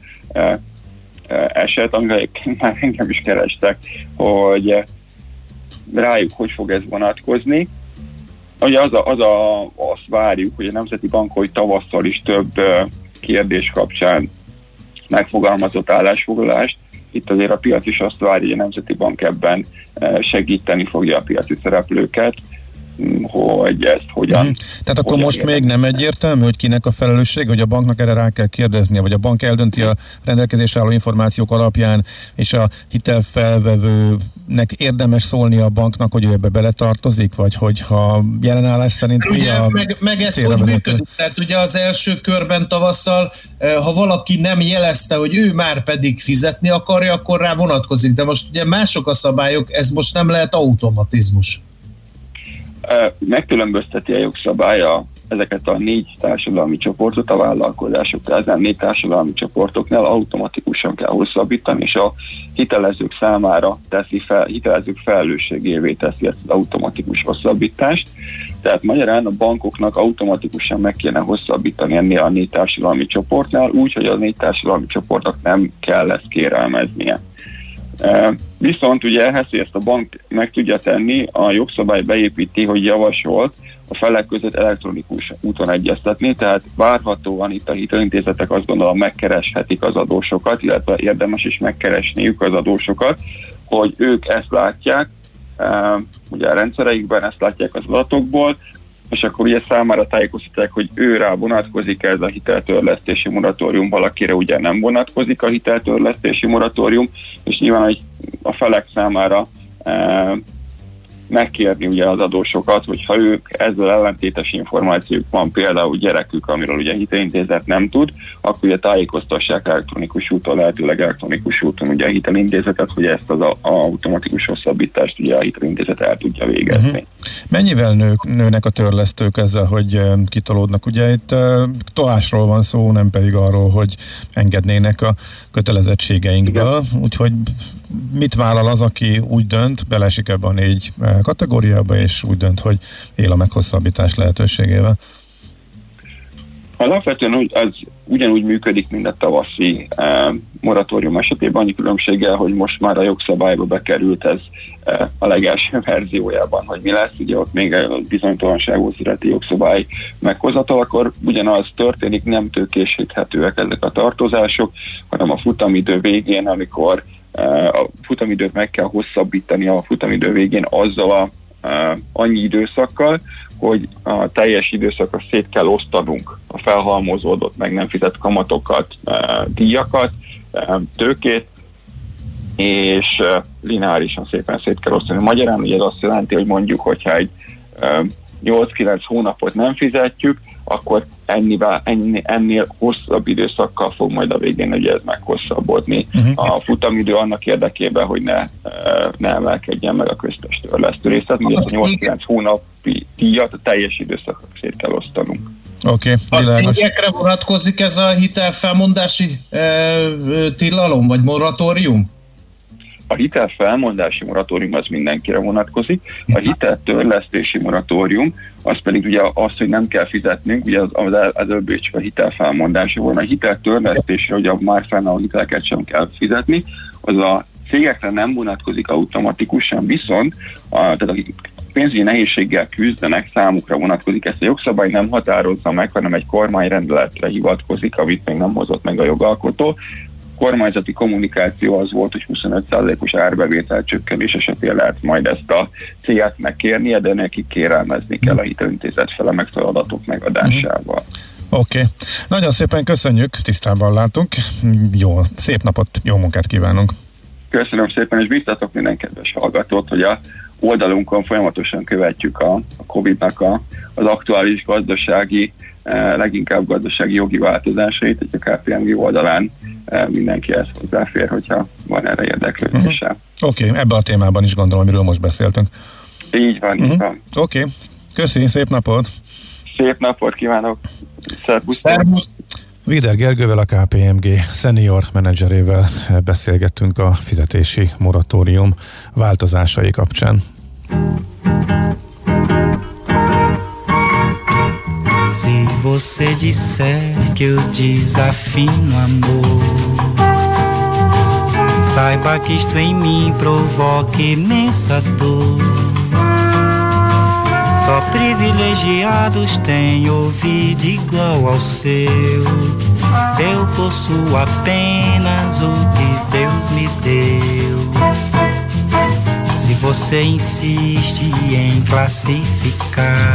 eset, amivel már engem is kerestek, hogy rájuk hogy fog ez vonatkozni. Ugye azt várjuk, hogy a Nemzeti Bank, hogy tavasszal is több kérdés kapcsán megfogalmazott állásfoglalást. Itt azért a piac is azt várja, hogy a Nemzeti Bank ebben segíteni fogja a piaci szereplőket, hogy ezt hogyan... Tehát akkor most még nem egyértelmű, hogy kinek a felelősség, hogy a banknak erre rá kell kérdeznie, vagy a bank eldönti a rendelkezésre álló információk alapján, és a hitelfelvevőnek érdemes szólni a banknak, hogy ő ebbe beletartozik, vagy hogyha jelenállás szerint mi ugye, a... meg ez hogy működik? Tehát ugye az első körben tavasszal, ha valaki nem jelezte, hogy ő már pedig fizetni akarja, akkor rá vonatkozik, de most ugye mások a szabályok, ez most nem lehet automatizmus. Megkülönbözteti a jogszabálya ezeket a 4 társadalmi csoportot a vállalkozások. Tehát ezen 4 társadalmi csoportoknál automatikusan kell hosszabbítani, és a hitelezők számára hitelezők felelősségévé teszi ezt az automatikus hosszabbítást. Tehát magyarán a bankoknak automatikusan meg kéne hosszabbítani ennél a 4 társadalmi csoportnál, úgy, hogy a 4 társadalmi csoportnak nem kell ezt kérelmeznie. Viszont ugye ehhez, hogy ezt a bank meg tudja tenni, a jogszabály beépíti, hogy javasolt a felek között elektronikus úton egyeztetni, tehát várhatóan itt a hitelintézetek azt gondolom megkereshetik az adósokat, illetve érdemes is megkeresniük az adósokat, hogy ők ezt látják, ugye a rendszereikben ezt látják az adatokból, és akkor ugye számára tájékoztatják, hogy ő rá vonatkozik ez a hiteltörlesztési moratórium, valakire ugye nem vonatkozik a hiteltörlesztési moratórium, és nyilván hogy a felek számára megkérni ugye az adósokat, hogyha ők ezzel ellentétes információk van, például gyerekük, amiről ugye a hitelintézet nem tud, akkor ugye tájékoztassák elektronikus úton, lehetőleg elektronikus úton ugye a hitelintézetet, hogy ezt az automatikus hosszabbítást ugye a hitelintézet el tudja végezni. Mennyivel nőnek a törlesztők ezzel, hogy kitolódnak? Ugye itt tolásról van szó, nem pedig arról, hogy engednének a kötelezettségeinkből, úgyhogy mit vállal az, aki úgy dönt, belesik ebbe a 4 kategóriába, és úgy dönt, hogy él a meghosszabbítás lehetőségével? Alapvetően az ugyanúgy működik, mint a tavaszi moratórium esetében, annyi különbséggel, hogy most már a jogszabályba bekerült ez a legelső verziójában, hogy mi lesz, ugye ott még bizonytalanságú születi jogszabály meghozatal, akkor ugyanaz történik, nem tőkésíthetőek ezek a tartozások, hanem a futamidő végén, amikor a futamidőt meg kell hosszabbítani a futamidő végén azzal annyi időszakkal, hogy a teljes időszakra szét kell osztanunk a felhalmozódott, meg nem fizet kamatokat, díjakat, tőkét, és lineárisan szépen szét kell osztani. Magyarán ugye ez azt jelenti, hogy mondjuk, hogyha egy 8-9 hónapot nem fizetjük, akkor ennél hosszabb időszakkal fog majd a végén ugye ez meghosszabbodni a futamidő annak érdekében, hogy ne emelkedjen meg a köztes törlesztő részlet, ugye ez a 8-9 hónapi díjat a teljes időszakra szét kell osztanunk. Oké, a cégekre vonatkozik ez a hitelfelmondási tilalom, vagy moratórium? A hitelfelmondási moratórium az mindenkire vonatkozik, a hiteltörlesztési moratórium az pedig ugye az, hogy nem kell fizetnünk, ugye az előbb csak a hitelfelmondási volna. A hiteltörlesztésre, ugye már fennálló hiteleket sem kell fizetni, az a cégekre nem vonatkozik automatikusan, viszont tehát akik pénzügyi nehézséggel küzdenek, számukra vonatkozik. Ezt a jogszabály nem határozza meg, hanem egy kormányrendeletre hivatkozik, amit még nem hozott meg a jogalkotó. Kormányzati kommunikáció az volt, hogy 25%-os árbevétel csökkenés esetén lehet majd ezt a céget megkérnie, de nekik kérelmezni kell a hitelintézet fele megfelelő adatok megadásával. Oké. Nagyon szépen köszönjük, tisztában látunk. Jó, szép napot, jó munkát kívánunk. Köszönöm szépen, és biztatok minden kedves hallgatót, hogy a oldalunkon folyamatosan követjük a Covid-nak az aktuális gazdasági, leginkább gazdasági jogi változásait, hogy a KPMG oldalán mindenki ezt hozzáfér, hogyha van erre érdeklődése. Oké, ebben a témában is gondolom, amiről most beszéltünk. Így van, így van. Oké, köszi, szép napot! Szép napot kívánok! Szervusz! Vider Gergővel, a KPMG senior menedzserével beszélgettünk a fizetési moratórium változásai kapcsán. Se você disser que eu desafino amor, saiba que isto em mim provoca imensa dor. Só privilegiados têm ouvido igual ao seu. Eu possuo apenas o que Deus me deu. Se você insiste em classificar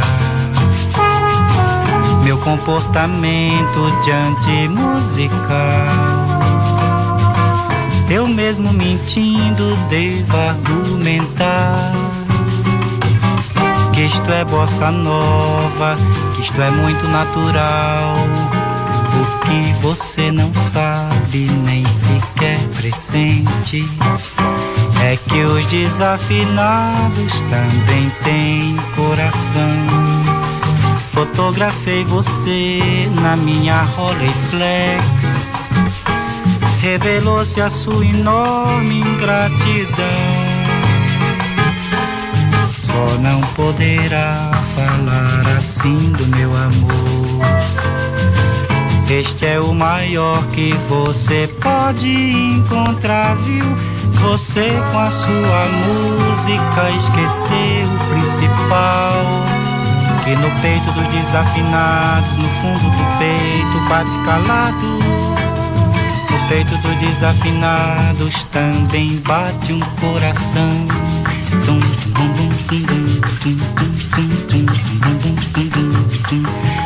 meu comportamento diante musical, eu mesmo mentindo devo argumentar que isto é bossa nova, que isto é muito natural. O que você não sabe nem sequer pressente é que os desafinados também têm coração. Fotografei você na minha Rolleiflex, revelou-se a sua enorme ingratidão. Só não poderá falar assim do meu amor. Este é o maior que você pode encontrar, viu? Você com a sua música esqueceu o principal, que no peito dos desafinados, no fundo do peito bate calado. No peito dos desafinados também bate um coração. Tum, tum, tum, tum, tum, tum, tum, tum, tum, tum,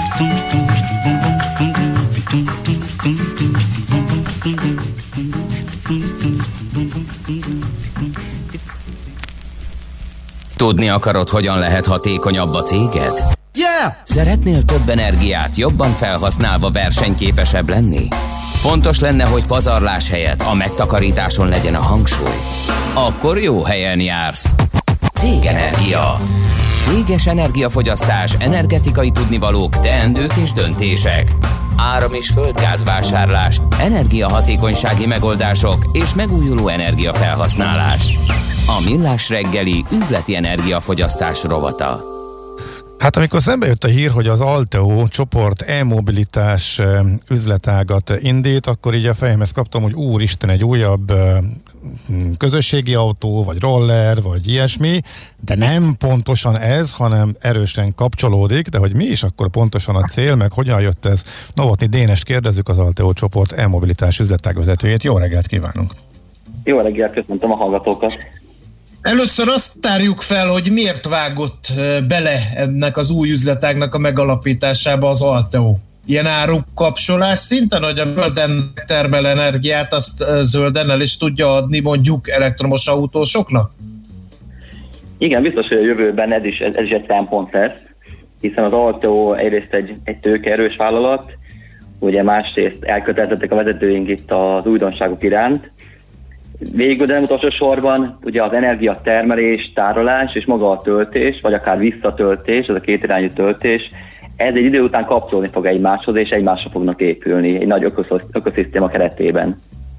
Tudni akarod, hogyan lehet hatékonyabb a céged? Yeah! Szeretnél több energiát jobban felhasználva versenyképesebb lenni? Fontos lenne, hogy pazarlás helyett a megtakarításon legyen a hangsúly. Akkor jó helyen jársz. Cégenergia. Céges energiafogyasztás, energetikai tudnivalók, teendők és döntések. Áram- és földgázvásárlás, energiahatékonysági megoldások és megújuló energiafelhasználás. A Millás reggeli üzleti energiafogyasztás rovata. Hát amikor szembe jött a hír, hogy az Alteo csoport e-mobilitás üzletágat indít, akkor így a fejemhez kaptam, hogy úristen, egy újabb közösségi autó, vagy roller, vagy ilyesmi, de nem pontosan ez, hanem erősen kapcsolódik, de hogy mi is akkor pontosan a cél, meg hogyan jött ez? Novotny Dénest kérdezzük, az Alteo csoport e-mobilitás üzletág vezetőjét. Jó reggelt kívánunk! Jó reggelt, köszöntöm a hallgatókat. Először azt tárjuk fel, hogy miért vágott bele ennek az új üzletágnak a megalapításába az Alteo. Ilyen árukapcsolás szinten, hogy a zölden termel energiát, azt zölden el is tudja adni mondjuk elektromos autósoknak? Igen, biztos, hogy a jövőben ez is egy szempont lesz, hiszen az Alteo egyrészt egy tőkeerős vállalat, ugye másrészt elkötelezettek a vezetőink itt az újdonságok iránt. Végül, de nem utolsó sorban, ugye az energiatermelés, tárolás és maga a töltés, vagy akár visszatöltés, ez a kétirányú töltés, ez egy idő után kapcsolni fog egymáshoz, és egymásra fognak épülni egy nagy ökoszisztéma keretében.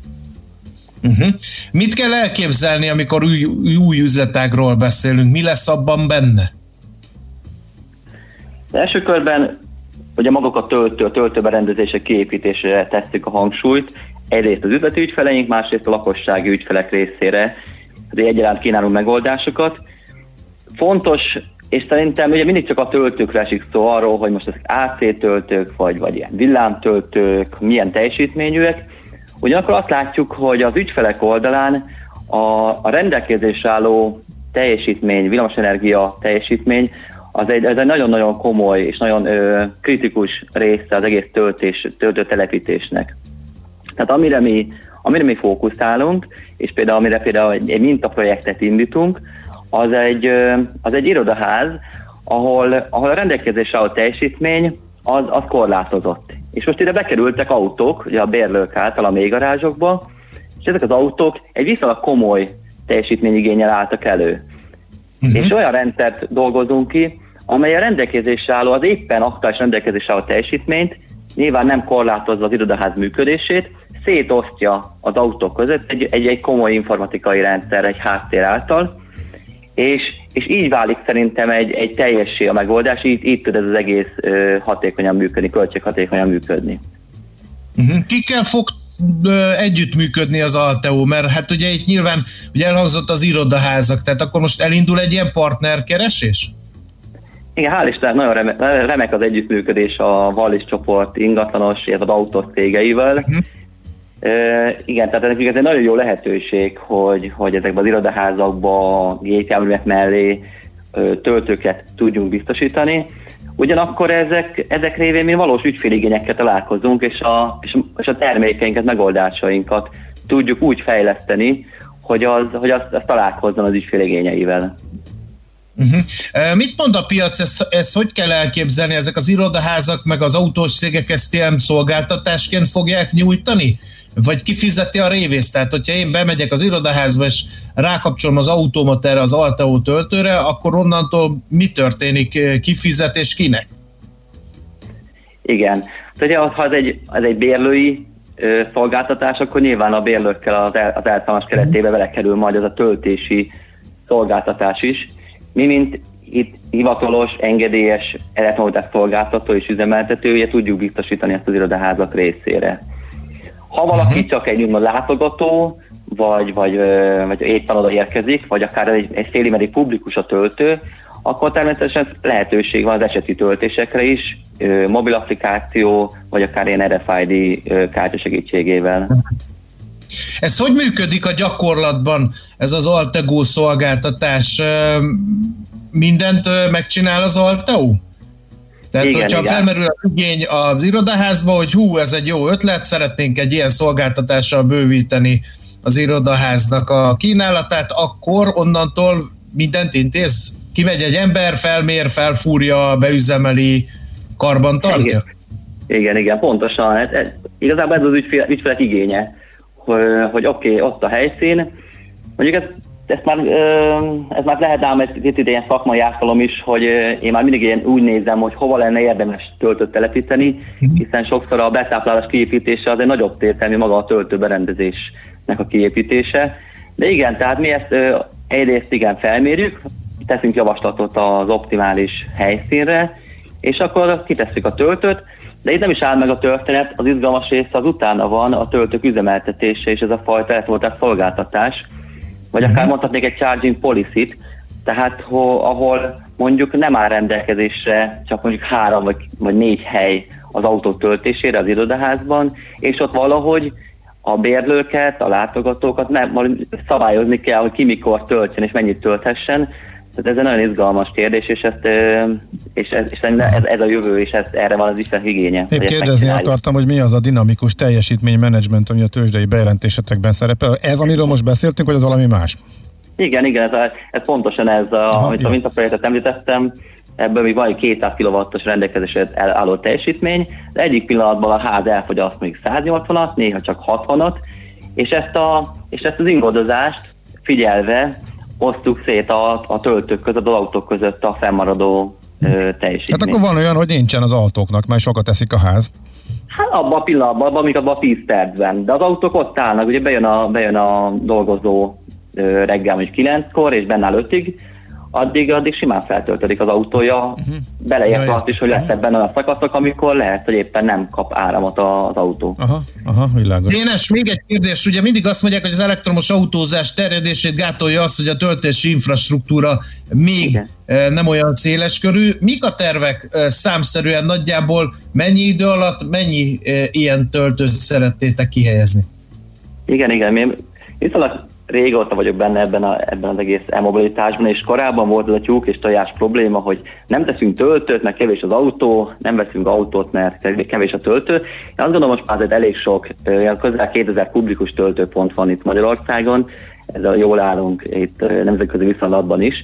Mit kell elképzelni, amikor új üzletágról beszélünk? Mi lesz abban benne? Az első körben ugye maguk a töltőberendezések kiépítésére tesszük a hangsúlyt, egyrészt az üzleti ügyfeleink, másrészt a lakossági ügyfelek részére, de egyaránt kínálunk megoldásokat. Fontos, és szerintem ugye mindig csak a töltőkre esik szó arról, hogy most ezek AC töltők, vagy ilyen villámtöltők, milyen teljesítményűek. Ugyanakkor azt látjuk, hogy az ügyfelek oldalán a rendelkezésre álló teljesítmény, villamosenergia teljesítmény, ez egy nagyon-nagyon komoly és nagyon kritikus része az egész töltőtelepítésnek. Tehát amire mi fókuszálunk, és amire egy mintaprojektet indítunk, az egy irodaház, ahol a rendelkezésre álló teljesítmény az korlátozott. És most ide bekerültek autók, ugye a bérlők által a mélygarázsokba, és ezek az autók egy viszonylag komoly teljesítményigénnyel álltak elő. És olyan rendszert dolgozunk ki, amely a rendelkezésre álló, az éppen aktuális rendelkezésre álló teljesítményt, nyilván nem korlátozva az irodaház működését, szétosztja az autók között egy komoly informatikai rendszer, egy háttér által, és így válik szerintem egy teljessé a megoldás, így tud ez az egész hatékonyan működni, költséghatékonyan működni. Kikkel fog együttműködni az Alteo? Mert hát ugye itt nyilván ugye elhangzott az irodaházak, tehát akkor most elindul egy ilyen partnerkeresés? Igen, hál' Istennek nagyon remek az együttműködés a Wallis csoport ingatlanos, illetve az autós cégeivel. Igen, tehát ez egy nagyon jó lehetőség, hogy ezekben az irodaházakban, gépjárművek mellé töltőket tudjunk biztosítani. Ugyanakkor ezek révén mi valós ügyféligényekkel találkozunk, és a termékeinket, megoldásainkat tudjuk úgy fejleszteni, hogy az találkozzon az ügyféligényeivel. Mit mond a piac, ezt hogy kell elképzelni? Ezek az irodaházak meg az autós cégek ezt ilyen szolgáltatásként fogják nyújtani? Vagy kifizeti a révészt? Tehát, hogyha én bemegyek az irodaházba és rákapcsolom az autómat erre az Alteo töltőre, akkor onnantól mi történik? Kifizet és kinek? Igen. Tehát, ha ez egy bérlői szolgáltatás, akkor nyilván a bérlőkkel az elszámolás keretébe belekerül majd ez a töltési szolgáltatás is. Mi, mint itt hivatalos, engedélyes elektromobilitás szolgáltató és üzemeltetője tudjuk biztosítani ezt az irodaházak részére. Ha valaki csak egy úgymond látogató, vagy éppen oda érkezik, vagy akár egy félimedig publikus a töltő, akkor természetesen lehetőség van az eseti töltésekre is, mobil applikáció, vagy akár ilyen RFID kártya segítségével. Ez hogy működik a gyakorlatban, ez az Altego szolgáltatás? Mindent megcsinál az Alteo? Tehát, igen, hogyha felmerül az igény az irodaházba, hogy ez egy jó ötlet, szeretnénk egy ilyen szolgáltatással bővíteni az irodaháznak a kínálatát, akkor onnantól mindent intéz? Kimegy egy ember, felmér, felfúrja, beüzemeli, karbantartja? Igen, pontosan. Igazából ez az ügyfelek igénye, hogy oké, ott a helyszín. Mondjuk ez már lehet ám egy ilyen szakmai ártalom is, hogy én már mindig úgy nézem, hogy hova lenne érdemes töltőt telepíteni, hiszen sokszor a betáplálás kiépítése az egy nagyobb tétel, maga a töltőberendezésnek a kiépítése. De igen, tehát mi ezt egyrészt felmérjük, teszünk javaslatot az optimális helyszínre, és akkor kitesszük a töltőt, de itt nem is áll meg a történet, az izgalmas része az utána van a töltők üzemeltetése, és ez a fajta elektromobilitás szolgáltatás, vagy akár mondhatnék egy charging policy-t, tehát ahol mondjuk nem áll rendelkezésre csak mondjuk 3 vagy 4 hely az autó töltésére az irodaházban, és ott valahogy a bérlőket, a látogatókat szabályozni kell, hogy ki mikor töltsön és mennyit tölthessen. Tehát ez egy nagyon izgalmas kérdés, és ez a jövő, és erre van az ügyfelek igénye. Épp kérdezni akartam, hogy mi az a dinamikus teljesítménymenedzsment, ami a tőzsdei bejelentésetekben szerepel. Ez, amiről most beszéltünk, vagy az valami más? Igen, ez pontosan ez, amit a mintaprojektet említettem, ebből még van 200 kW-os rendelkezésre álló teljesítmény, de egyik pillanatban a ház elfogyaszt még 180-at, néha csak 60-at, és ezt az ingadozást figyelve osztjuk szét a töltők között, az autók között a fennmaradó teljesítményt. Hát akkor van olyan, hogy nincsen az autóknak, mert sokat eszik a ház. Hát abban a pillanatban, abban a 10 percben, de az autók ott állnak, ugye bejön a dolgozó reggel mondjuk 9-kor, és bennáll 5-ig, addig simán feltöltődik az autója, beleértve azt is, hogy lesz ebben olyan szakaszok, amikor lehet, hogy éppen nem kap áramot az autó. Aha, világos. Dénes, még egy kérdés, ugye mindig azt mondják, hogy az elektromos autózás terjedését gátolja az, hogy a töltési infrastruktúra még nem olyan széleskörű. Mik a tervek számszerűen nagyjából, mennyi idő alatt, mennyi ilyen töltőt szeretnétek kihelyezni? Igen, mi viszonylag régóta vagyok benne ebben az egész e-mobilitásban, és korábban volt ez a tyúk és tojás probléma, hogy nem teszünk töltőt, mert kevés az autó, nem veszünk autót, mert kevés a töltő. Én azt gondolom, most már elég sok, közel 2000 kubikus töltőpont van itt Magyarországon, ezzel jól állunk itt nemzetközi viszonylatban is,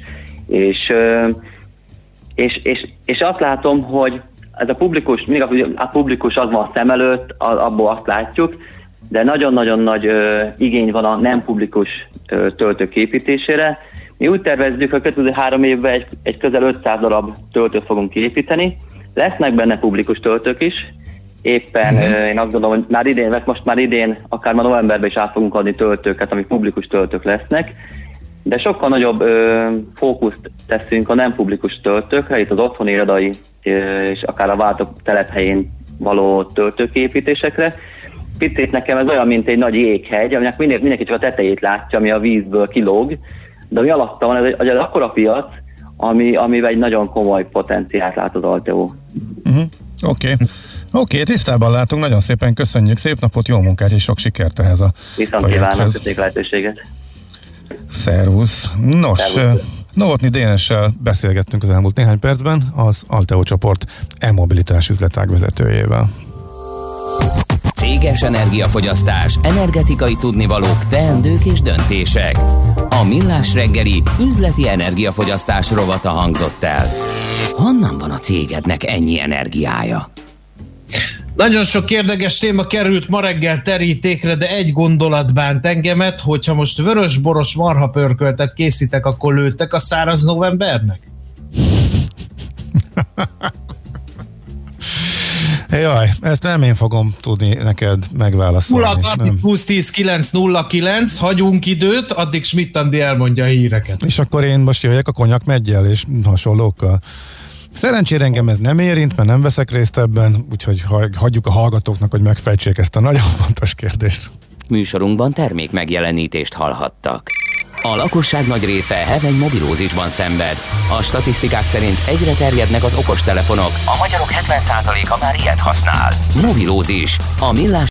és azt látom, hogy ez a publikus, még a publikus az van szem előtt, abból azt látjuk, de nagyon-nagyon nagy igény van a nem publikus töltők építésére. Mi úgy tervezzük, hogy a következő 3 évben egy közel 500 darab töltőt fogunk építeni. Lesznek benne publikus töltők is. Éppen én azt gondolom, hogy most már idén, akár már novemberben is át fogunk adni töltőket, amik publikus töltők lesznek. De sokkal nagyobb fókuszt teszünk a nem publikus töltőkre, itt az otthoni irodai és akár a váltók telephelyén való töltőképítésekre. Picit nekem ez olyan, mint egy nagy jéghegy, aminek mindenki csak a tetejét látja, ami a vízből kilóg, de ami alatta van, ez egy akkora piac, amivel egy nagyon komoly potenciált lát az Alteo. Oké, tisztában látunk, nagyon szépen köszönjük, szép napot, jó munkát és sok sikert ehhez a viszont kívánok, köszönjük lehetőséget. Szervusz. Nos, Novotny Dénessel beszélgettünk az elmúlt néhány percben, az Alteo csoport e-mobilitás üzletág vezetőjével. Céges energiafogyasztás, energetikai tudnivalók, teendők és döntések. A Millás reggeli üzleti energiafogyasztás rovata hangzott el. Honnan van a cégednek ennyi energiája? Nagyon sok érdekes téma került ma reggel terítékre, de egy gondolat bánt engemet, hogyha most vörösboros marhapörköltet készítek, akkor lőttek a száraz novembernek? Jaj, ezt nem én fogom tudni neked megválaszolni. 2010-909, hagyunk időt, addig Schmidt-Andi elmondja a híreket. És akkor én most jöjjek a konyak meggyel és hasonlókkal. Szerencsére engem ez nem érint, mert nem veszek részt ebben, úgyhogy hagyjuk a hallgatóknak, hogy megfejtsék ezt a nagyon fontos kérdést. Műsorunkban termék megjelenítést hallhattak. A lakosság nagy része heveny mobilózisban szenved. A statisztikák szerint egyre terjednek az okostelefonok. A magyarok 70%-a már ilyet használ. Mobilózis. A Millás